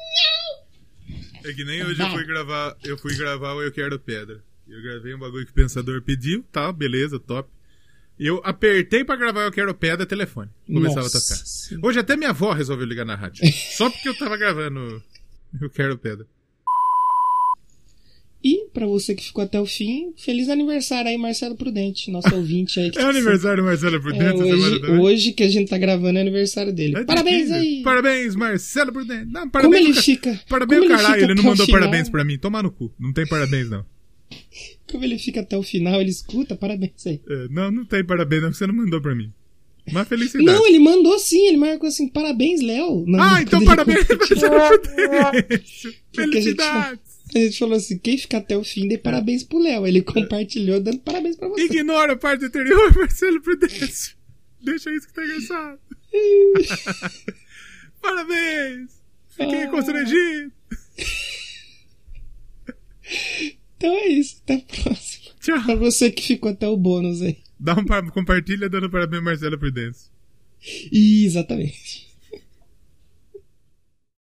É que nem hoje eu fui gravar, eu fui gravar o Eu Quero Pedra. Eu gravei um bagulho que o Pensador pediu, tá, beleza, top. E eu apertei pra gravar Eu Quero Pedra, telefone. Começava Nossa a tocar. Senhora. Hoje até minha avó resolveu ligar na rádio. Só porque eu tava gravando Eu Quero Pedra. E, pra você que ficou até o fim, feliz aniversário aí, Marcelo Prudente, nosso ouvinte aí. Que É o aniversário do Marcelo É, Prudente, essa hoje, semana também. hoje que a gente tá gravando é aniversário dele. É Parabéns difícil. aí! Parabéns, Marcelo Prudente. Não, Como parabéns ele pro ca- fica. Parabéns, como caralho. fica Ele não até o mandou final, parabéns pra mim. Tomar no cu. Não tem parabéns, não. Como ele fica até o final, ele escuta, parabéns aí. É, não, não tem parabéns, não. Você não mandou pra mim. Uma felicidade. Não, ele mandou sim, ele marcou assim, parabéns, Léo. Não, Ah, quando então ele parabéns, compartilhou. Marcelo Prudente. Porque a gente, Felicidades. a gente falou assim, quem ficar até o fim, dê parabéns pro Léo. Ele compartilhou dando parabéns pra você. Ignora a parte anterior, Marcelo Prudente. Deixa isso que tá engraçado. Parabéns. Fiquei Ah. constrangido. Então é isso, até a próxima. Tchau. Pra você que ficou até o bônus aí. Dá um pa- compartilha dando parabéns, Marcelo Prudente. Exatamente.